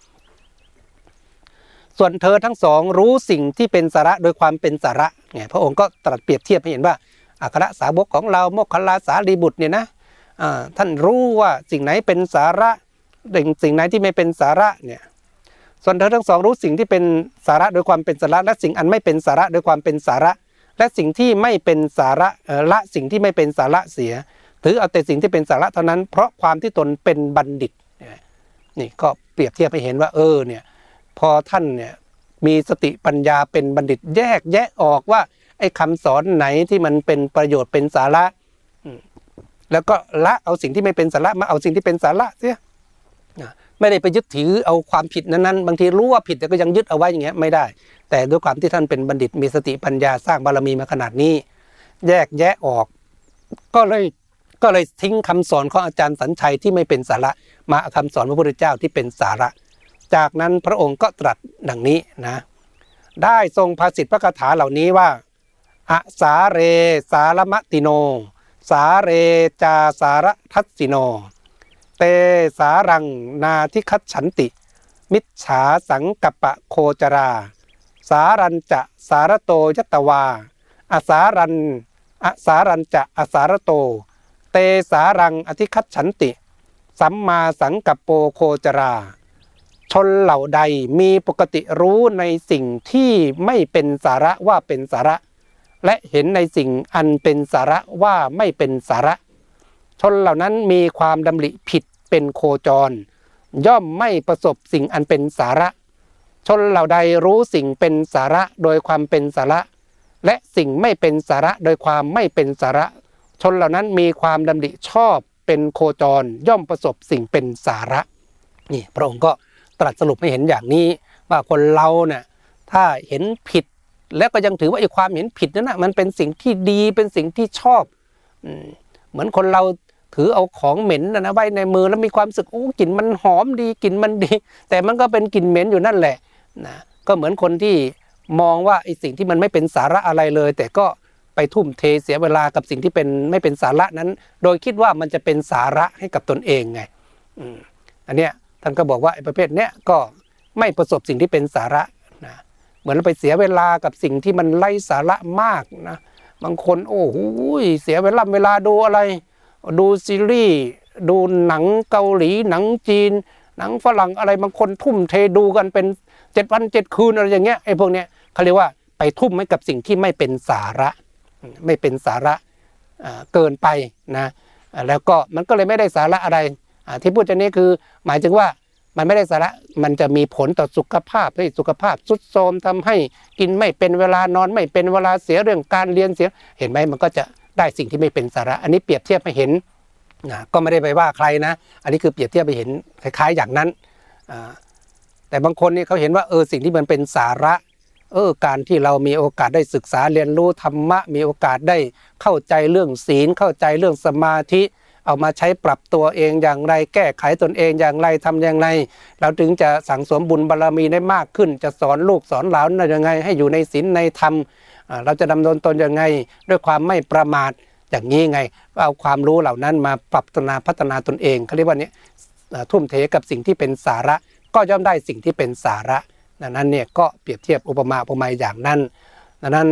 [SPEAKER 2] ส่วนเธอทั้งสองรู้สิ่งที่เป็นสาระโดยความเป็นสาระเนี่ยพระองค์ก็ตรัสเปรียบเทียบให้เห็นว่าอัครสาวกของเราโมคคัลลาสารีบุตรเนี่ยนะท่านรู้ว่าสิ่งไหนเป็นสาระสิ่งไหนที่ไม่เป็นสาระเนี่ยส่วนเธอทั้งสองรู้สิ่งที่เป็นสาระโดยความเป็นสาระและสิ่งอันไม่เป็นสาระโดยความเป็นสาระและสิ่งที่ไม่เป็นสาระละสิ่งที่ไม่เป็นสาระเสียถือเอาแต่สิ่งที่เป็นสาระเท่านั้นเพราะความที่ตนเป็นบัณฑิตนี่ก็เปรียบเทียบให้เห็นว่าเนี่ยพอท่านเนี่ยมีสติปัญญาเป็นบัณฑิตแยกแยะออกว่าไอ้คำสอนไหนที่มันเป็นประโยชน์เป็นสาระแล้วก็ละเอาสิ่งที่ไม่เป็นสาระมาเอาสิ่งที่เป็นสาระเสียไม่ได้ไปยึดถือเอาความผิดนั้นบางทีรู้ว่าผิดแต่ก็ยังยึดเอาไว้อย่างเงี้ยไม่ได้แต่ด้วยความที่ท่านเป็นบัณฑิตมีสติปัญญาสร้างบารมีมาขนาดนี้แยกแยะออกก็เลยทิ้งคำสอนของอาจารย์สัญชัยที่ไม่เป็นสาระมาคำสอนพระพุทธเจ้าที่เป็นสาระจากนั้นพระองค์ก็ตรัสดังนี้นะได้ทรงภาษิตพระคาถาเหล่านี้ว่าอสาเรสารมติโนสาเรจาสารทัสสิโนเตสารังนาทิคัจฉันติมิจฉาสังกัปปะโคจราสารัญจะสารโตยัตตวาอสารัญจะอสารโตเตสารังอธิคัจฉันติสัมมาสังกัปโปโคจราชนเหล่าใดมีปกติรู้ในสิ่งที่ไม่เป็นสาระว่าเป็นสาระและเห็นในสิ่งอันเป็นสาระว่าไม่เป็นสาระชนเหล่านั้นมีความดำริผิดเป็นโคจรย่อมไม่ประสบสิ่งอันเป็นสาระชนเหล่าใดรู้สิ่งเป็นสาระโดยความเป็นสาระและสิ่งไม่เป็นสาระโดยความไม่เป็นสาระชนเหล่านั้นมีความดำริชอบเป็นโคจรย่อมประสบสิ่งเป็นสาระนี่พระองค์ก็ตรัสสรุปให้เห็นอย่างนี้ว่าคนเราเนี่ยถ้าเห็นผิดแล้วก็ยังถือว่าไอ้ความเห็นผิดนั้นนะมันเป็นสิ่งที่ดีเป็นสิ่งที่ชอบเหมือนคนเราถือเอาของเหม็นนะไว้ในมือแล้วมีความรู้สึกกลิ่นมันหอมดีกลิ่นมันดีแต่มันก็เป็นกลิ่นเหม็นอยู่นั่นแหละนะก็เหมือนคนที่มองว่าไอ้สิ่งที่มันไม่เป็นสาระอะไรเลยแต่ก็ไปทุ่มเทเสียเวลากับสิ่งที่เป็นไม่เป็นสาระนั้นโดยคิดว่ามันจะเป็นสาระให้กับตนเองไงอันเนี้ยท่านก็บอกว่าไอ้ประเภทเนี้ยก็ไม่ประสบสิ่งที่เป็นสาระนะเหมือนไปเสียเวลากับสิ่งที่มันไร้สาระมากนะบางคนโอ้โหเสียเวลาดูอะไรดูซีรีส์ดูหนังเกาหลีหนังจีนหนังฝรั่งอะไรบางคนทุ่มเทดูกันเป็น7 วัน 7 คืนอะไรอย่างเงี้ยไอ้พวกเนี้ยเขาเรียกว่าไปทุ่มให้กับสิ่งที่ไม่เป็นสาระไม่เป็นสาระเกินไปนะแล้วก็มันก็เลยไม่ได้สาระอะไรที่พูดจะนี้คือหมายถึงว่ามันไม่ได้สาระมันจะมีผลต่อสุขภาพให้สุขภาพทรุดโทรมทำให้กินไม่เป็นเวลานอนไม่เป็นเวลาเสียเรื่องการเรียนเสียเห็นไหมมันก็จะได้สิ่งที่ไม่เป็นสาระอันนี้เปรียบเทียบให้เห็นก็ไม่ได้ไปว่าใครนะอันนี้คือเปรียบเทียบไปเห็นคล้ายๆอย่างนั้นแต่บางคนนี่เขาเห็นว่าสิ่งที่มันเป็นสาระการที่เรามีโอกาสได้ศึกษาเรียนรู้ธรรมะมีโอกาสได้เข้าใจเรื่องศีลเข้าใจเรื่องสมาธิเอามาใช้ปรับตัวเองอย่างไรแก้ไขตนเองอย่างไรทำอย่างไรเราถึงจะสั่งสมบุญบารมีได้มากขึ้นจะสอนลูกสอนหลานยังไงให้อยู่ในศีลในธรรมเราจะดำเนินตนยังไงด้วยความไม่ประมาทอย่างนี้ไงเอาความรู้เหล่านั้นมาปรับพัฒนาตนเองเขาเรียกว่านี้ทุ่มเทกับสิ่งที่เป็นสาระก็ย่อมได้สิ่งที่เป็นสาระดังนั้นเนี่ยก็เปรียบเทียบอุปมาอุปไมยอย่างนั้นดังนั้น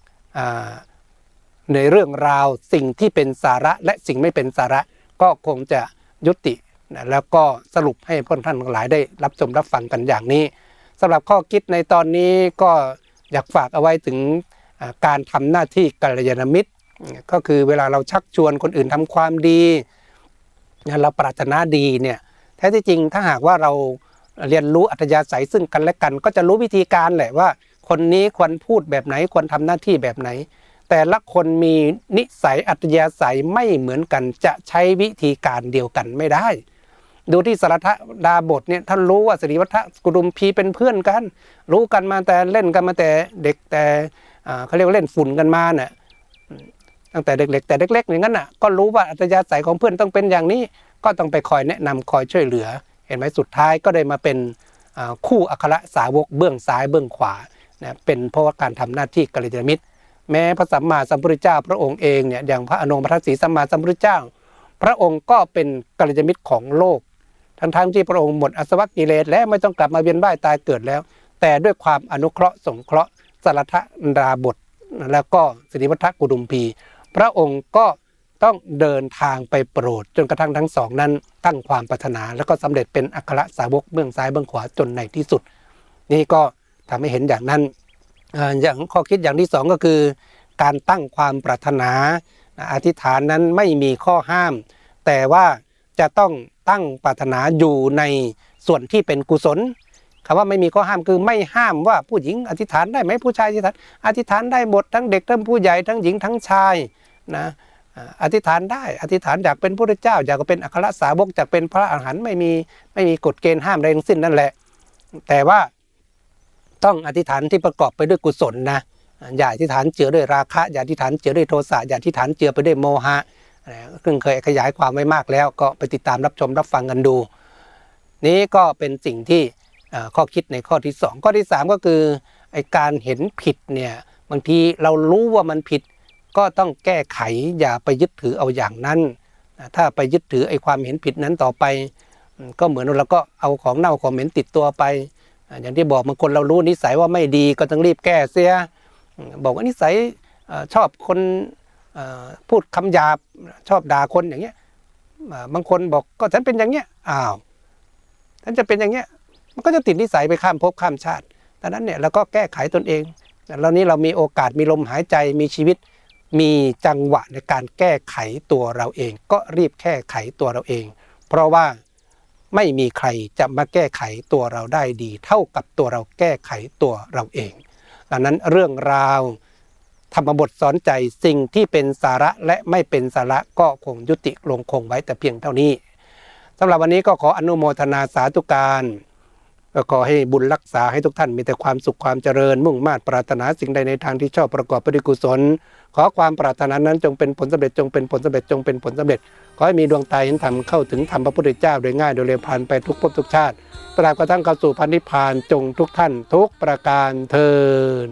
[SPEAKER 2] ในเรื่องราวสิ่งที่เป็นสาระและสิ่งไม่เป็นสาระก็คงจะยุติแล้วก็สรุปให้พวกท่านทั้งหลายได้รับชมรับฟังกันอย่างนี้สำหรับข้อคิดในตอนนี้ก็อยากฝากเอาไว้ถึงการทำหน้าที่กัลยาณมิตรก็คือเวลาเราชักชวนคนอื่นทำความดีเราปรารถนาดีเนี่ยแท้ที่จริงถ้าหากว่าเราเรียนรู้อัธยาศัยซึ่งกันและกันก็จะรู้วิธีการแหละว่าคนนี้ควรพูดแบบไหนควรทำหน้าที่แบบไหนแต่ละคนมีนิสัยอัธยาศัยไม่เหมือนกันจะใช้วิธีการเดียวกันไม่ได้ดูที่สรทดาบทเนี่ยท่านรู้ว่าสิริวัฒน์กุดุมพีเป็นเพื่อนกันรู้กันมาแต่เล่นกันมาแต่เด็กแต่เขาเรียกว่าเล่นฝุ่นกันมาเนี่ยตั้งแต่เด็กๆแต่เล็กๆอย่างนั้นน่ะก็รู้ว่าอัธยาศัยของเพื่อนต้องเป็นอย่างนี้ก็ต้องไปคอยแนะนำคอยช่วยเหลือเห็นไหมสุดท้ายก็ได้มาเป็นคู่อัครสาวกเบื้องซ้ายเบื้องขวานะเป็นเพราะว่าการทำหน้าที่กัลยาณมิตรแม้พระสัมมาสัมพุทธเจ้าพระองค์เองเนี่ยอย่างพระอนุมัติศรีสัมมาสัมพุทธเจ้าพระองค์ก็เป็นกัลยาณมิตรของโลกทั้งที่พระองค์หมดอาสวะกิเลสและไม่ต้องกลับมาเวียนว่ายตายเกิดแล้วแต่ด้วยความอนุเคราะห์สงเคราะห์สรทดาบทแล้วก็สิริวัฒน์กุดุมพีพระองค์ก็ต้องเดินทางไปโปรดจนกระทั่งทั้งสองนั้นตั้งความปรารถนาแล้วก็สำเร็จเป็นอัครสาวกเบื้องซ้ายเบื้องขวาจนในที่สุดนี่ก็ทำให้เห็นอย่างนั้นอย่างข้อคิดอย่างที่สองก็คือการตั้งความปรารถนาอธิษฐานนั้นไม่มีข้อห้ามแต่ว่าจะต้องตั้งปรารถนาอยู่ในส่วนที่เป็นกุศลคำว่าไม่มีข้อห้ามคือไม่ห้ามว่าผู้หญิงอธิษฐานได้ไหมผู้ชายอธิษฐานได้หมดทั้งเด็กทั้งผู้ใหญ่ทั้งหญิงทั้งชายนะอธิษฐานได้อธิษฐานอยากเป็นพระพุทธเจ้าอยากเป็นอัครสาวกอยากเป็นพระอรหันต์ไม่มีกฎเกณฑ์ห้ามใดทั้งสิ้นนั่นแหละแต่ว่าต้องอธิษฐานที่ประกอบไปด้วยกุศลนะอย่าอธิษฐานเจือด้วยราคะอย่าอธิษฐานเจือด้วยโทสะอย่าอธิษฐานเจือไปด้วยโมหะซึ่งเคยขยายความไว้มากแล้วก็ไปติดตามรับชมรับฟังกันดูนี้ก็เป็นสิ่งที่ข้อคิดในข้อที่2ข้อที่3ก็คือไอ้การเห็นผิดเนี่ยบางทีเรารู้ว่ามันผิดก็ต้องแก้ไขอย่าไปยึดถือเอาอย่างนั้นถ้าไปยึดถือไอ้ความเห็นผิดนั้นต่อไปก็เหมือนเราก็เอาของเน่าของเหม็นติดตัวไปอย่างที่บอกบางคนเรารู้นิสัยว่าไม่ดีก็ต้องรีบแก้เสียบอกว่านิสัยชอบคนพูดคำหยาบชอบด่าคนอย่างเงี้ยบางคนบอกก็ฉันเป็นอย่างเงี้ยฉันจะเป็นอย่างเงี้ยมันก็จะติดนิสัยไปข้ามภพข้ามชาติดังนั้นเนี่ยเราก็แก้ไขตนเองแล้วนี้เรามีโอกาสมีลมหายใจมีชีวิตมีจังหวะในการแก้ไขตัวเราเองก็รีบแก้ไขตัวเราเองเพราะว่าไม่มีใครจะมาแก้ไขตัวเราได้ดีเท่ากับตัวเราแก้ไขตัวเราเองดังนั้นเรื่องราวธรรมบทสอนใจสิ่งที่เป็นสาระและไม่เป็นสาระก็คงยุติลงคงไว้แต่เพียงเท่านี้สำหรับวันนี้ก็ขออนุโมทนาสาธุการก็ขอให้บุญรักษาให้ทุกท่านมีแต่ความสุขความเจริญมุ่งมา่ปรารถนาสิ่งใดในทางที่ชอบประกอบไปด้วยกุศลขอความปรารถนานั้นจงเป็นผลสำเร็จจงเป็นผลสำเร็จจงเป็นผลสำเร็จขอให้มีดวงตาเห็นธรรมเข้าถึงธรรมพระพุทธเจ้าโดยง่ายโดยเร็วพลันไปทุกภพทุกชาติตราบกระทั่งเข้าสู่พระนิพพานจงทุกท่านทุกประการเทอญ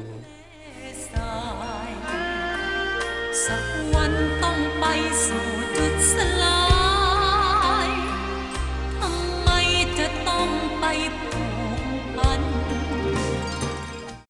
[SPEAKER 1] สักวันต้องไปสู่จุดสลาย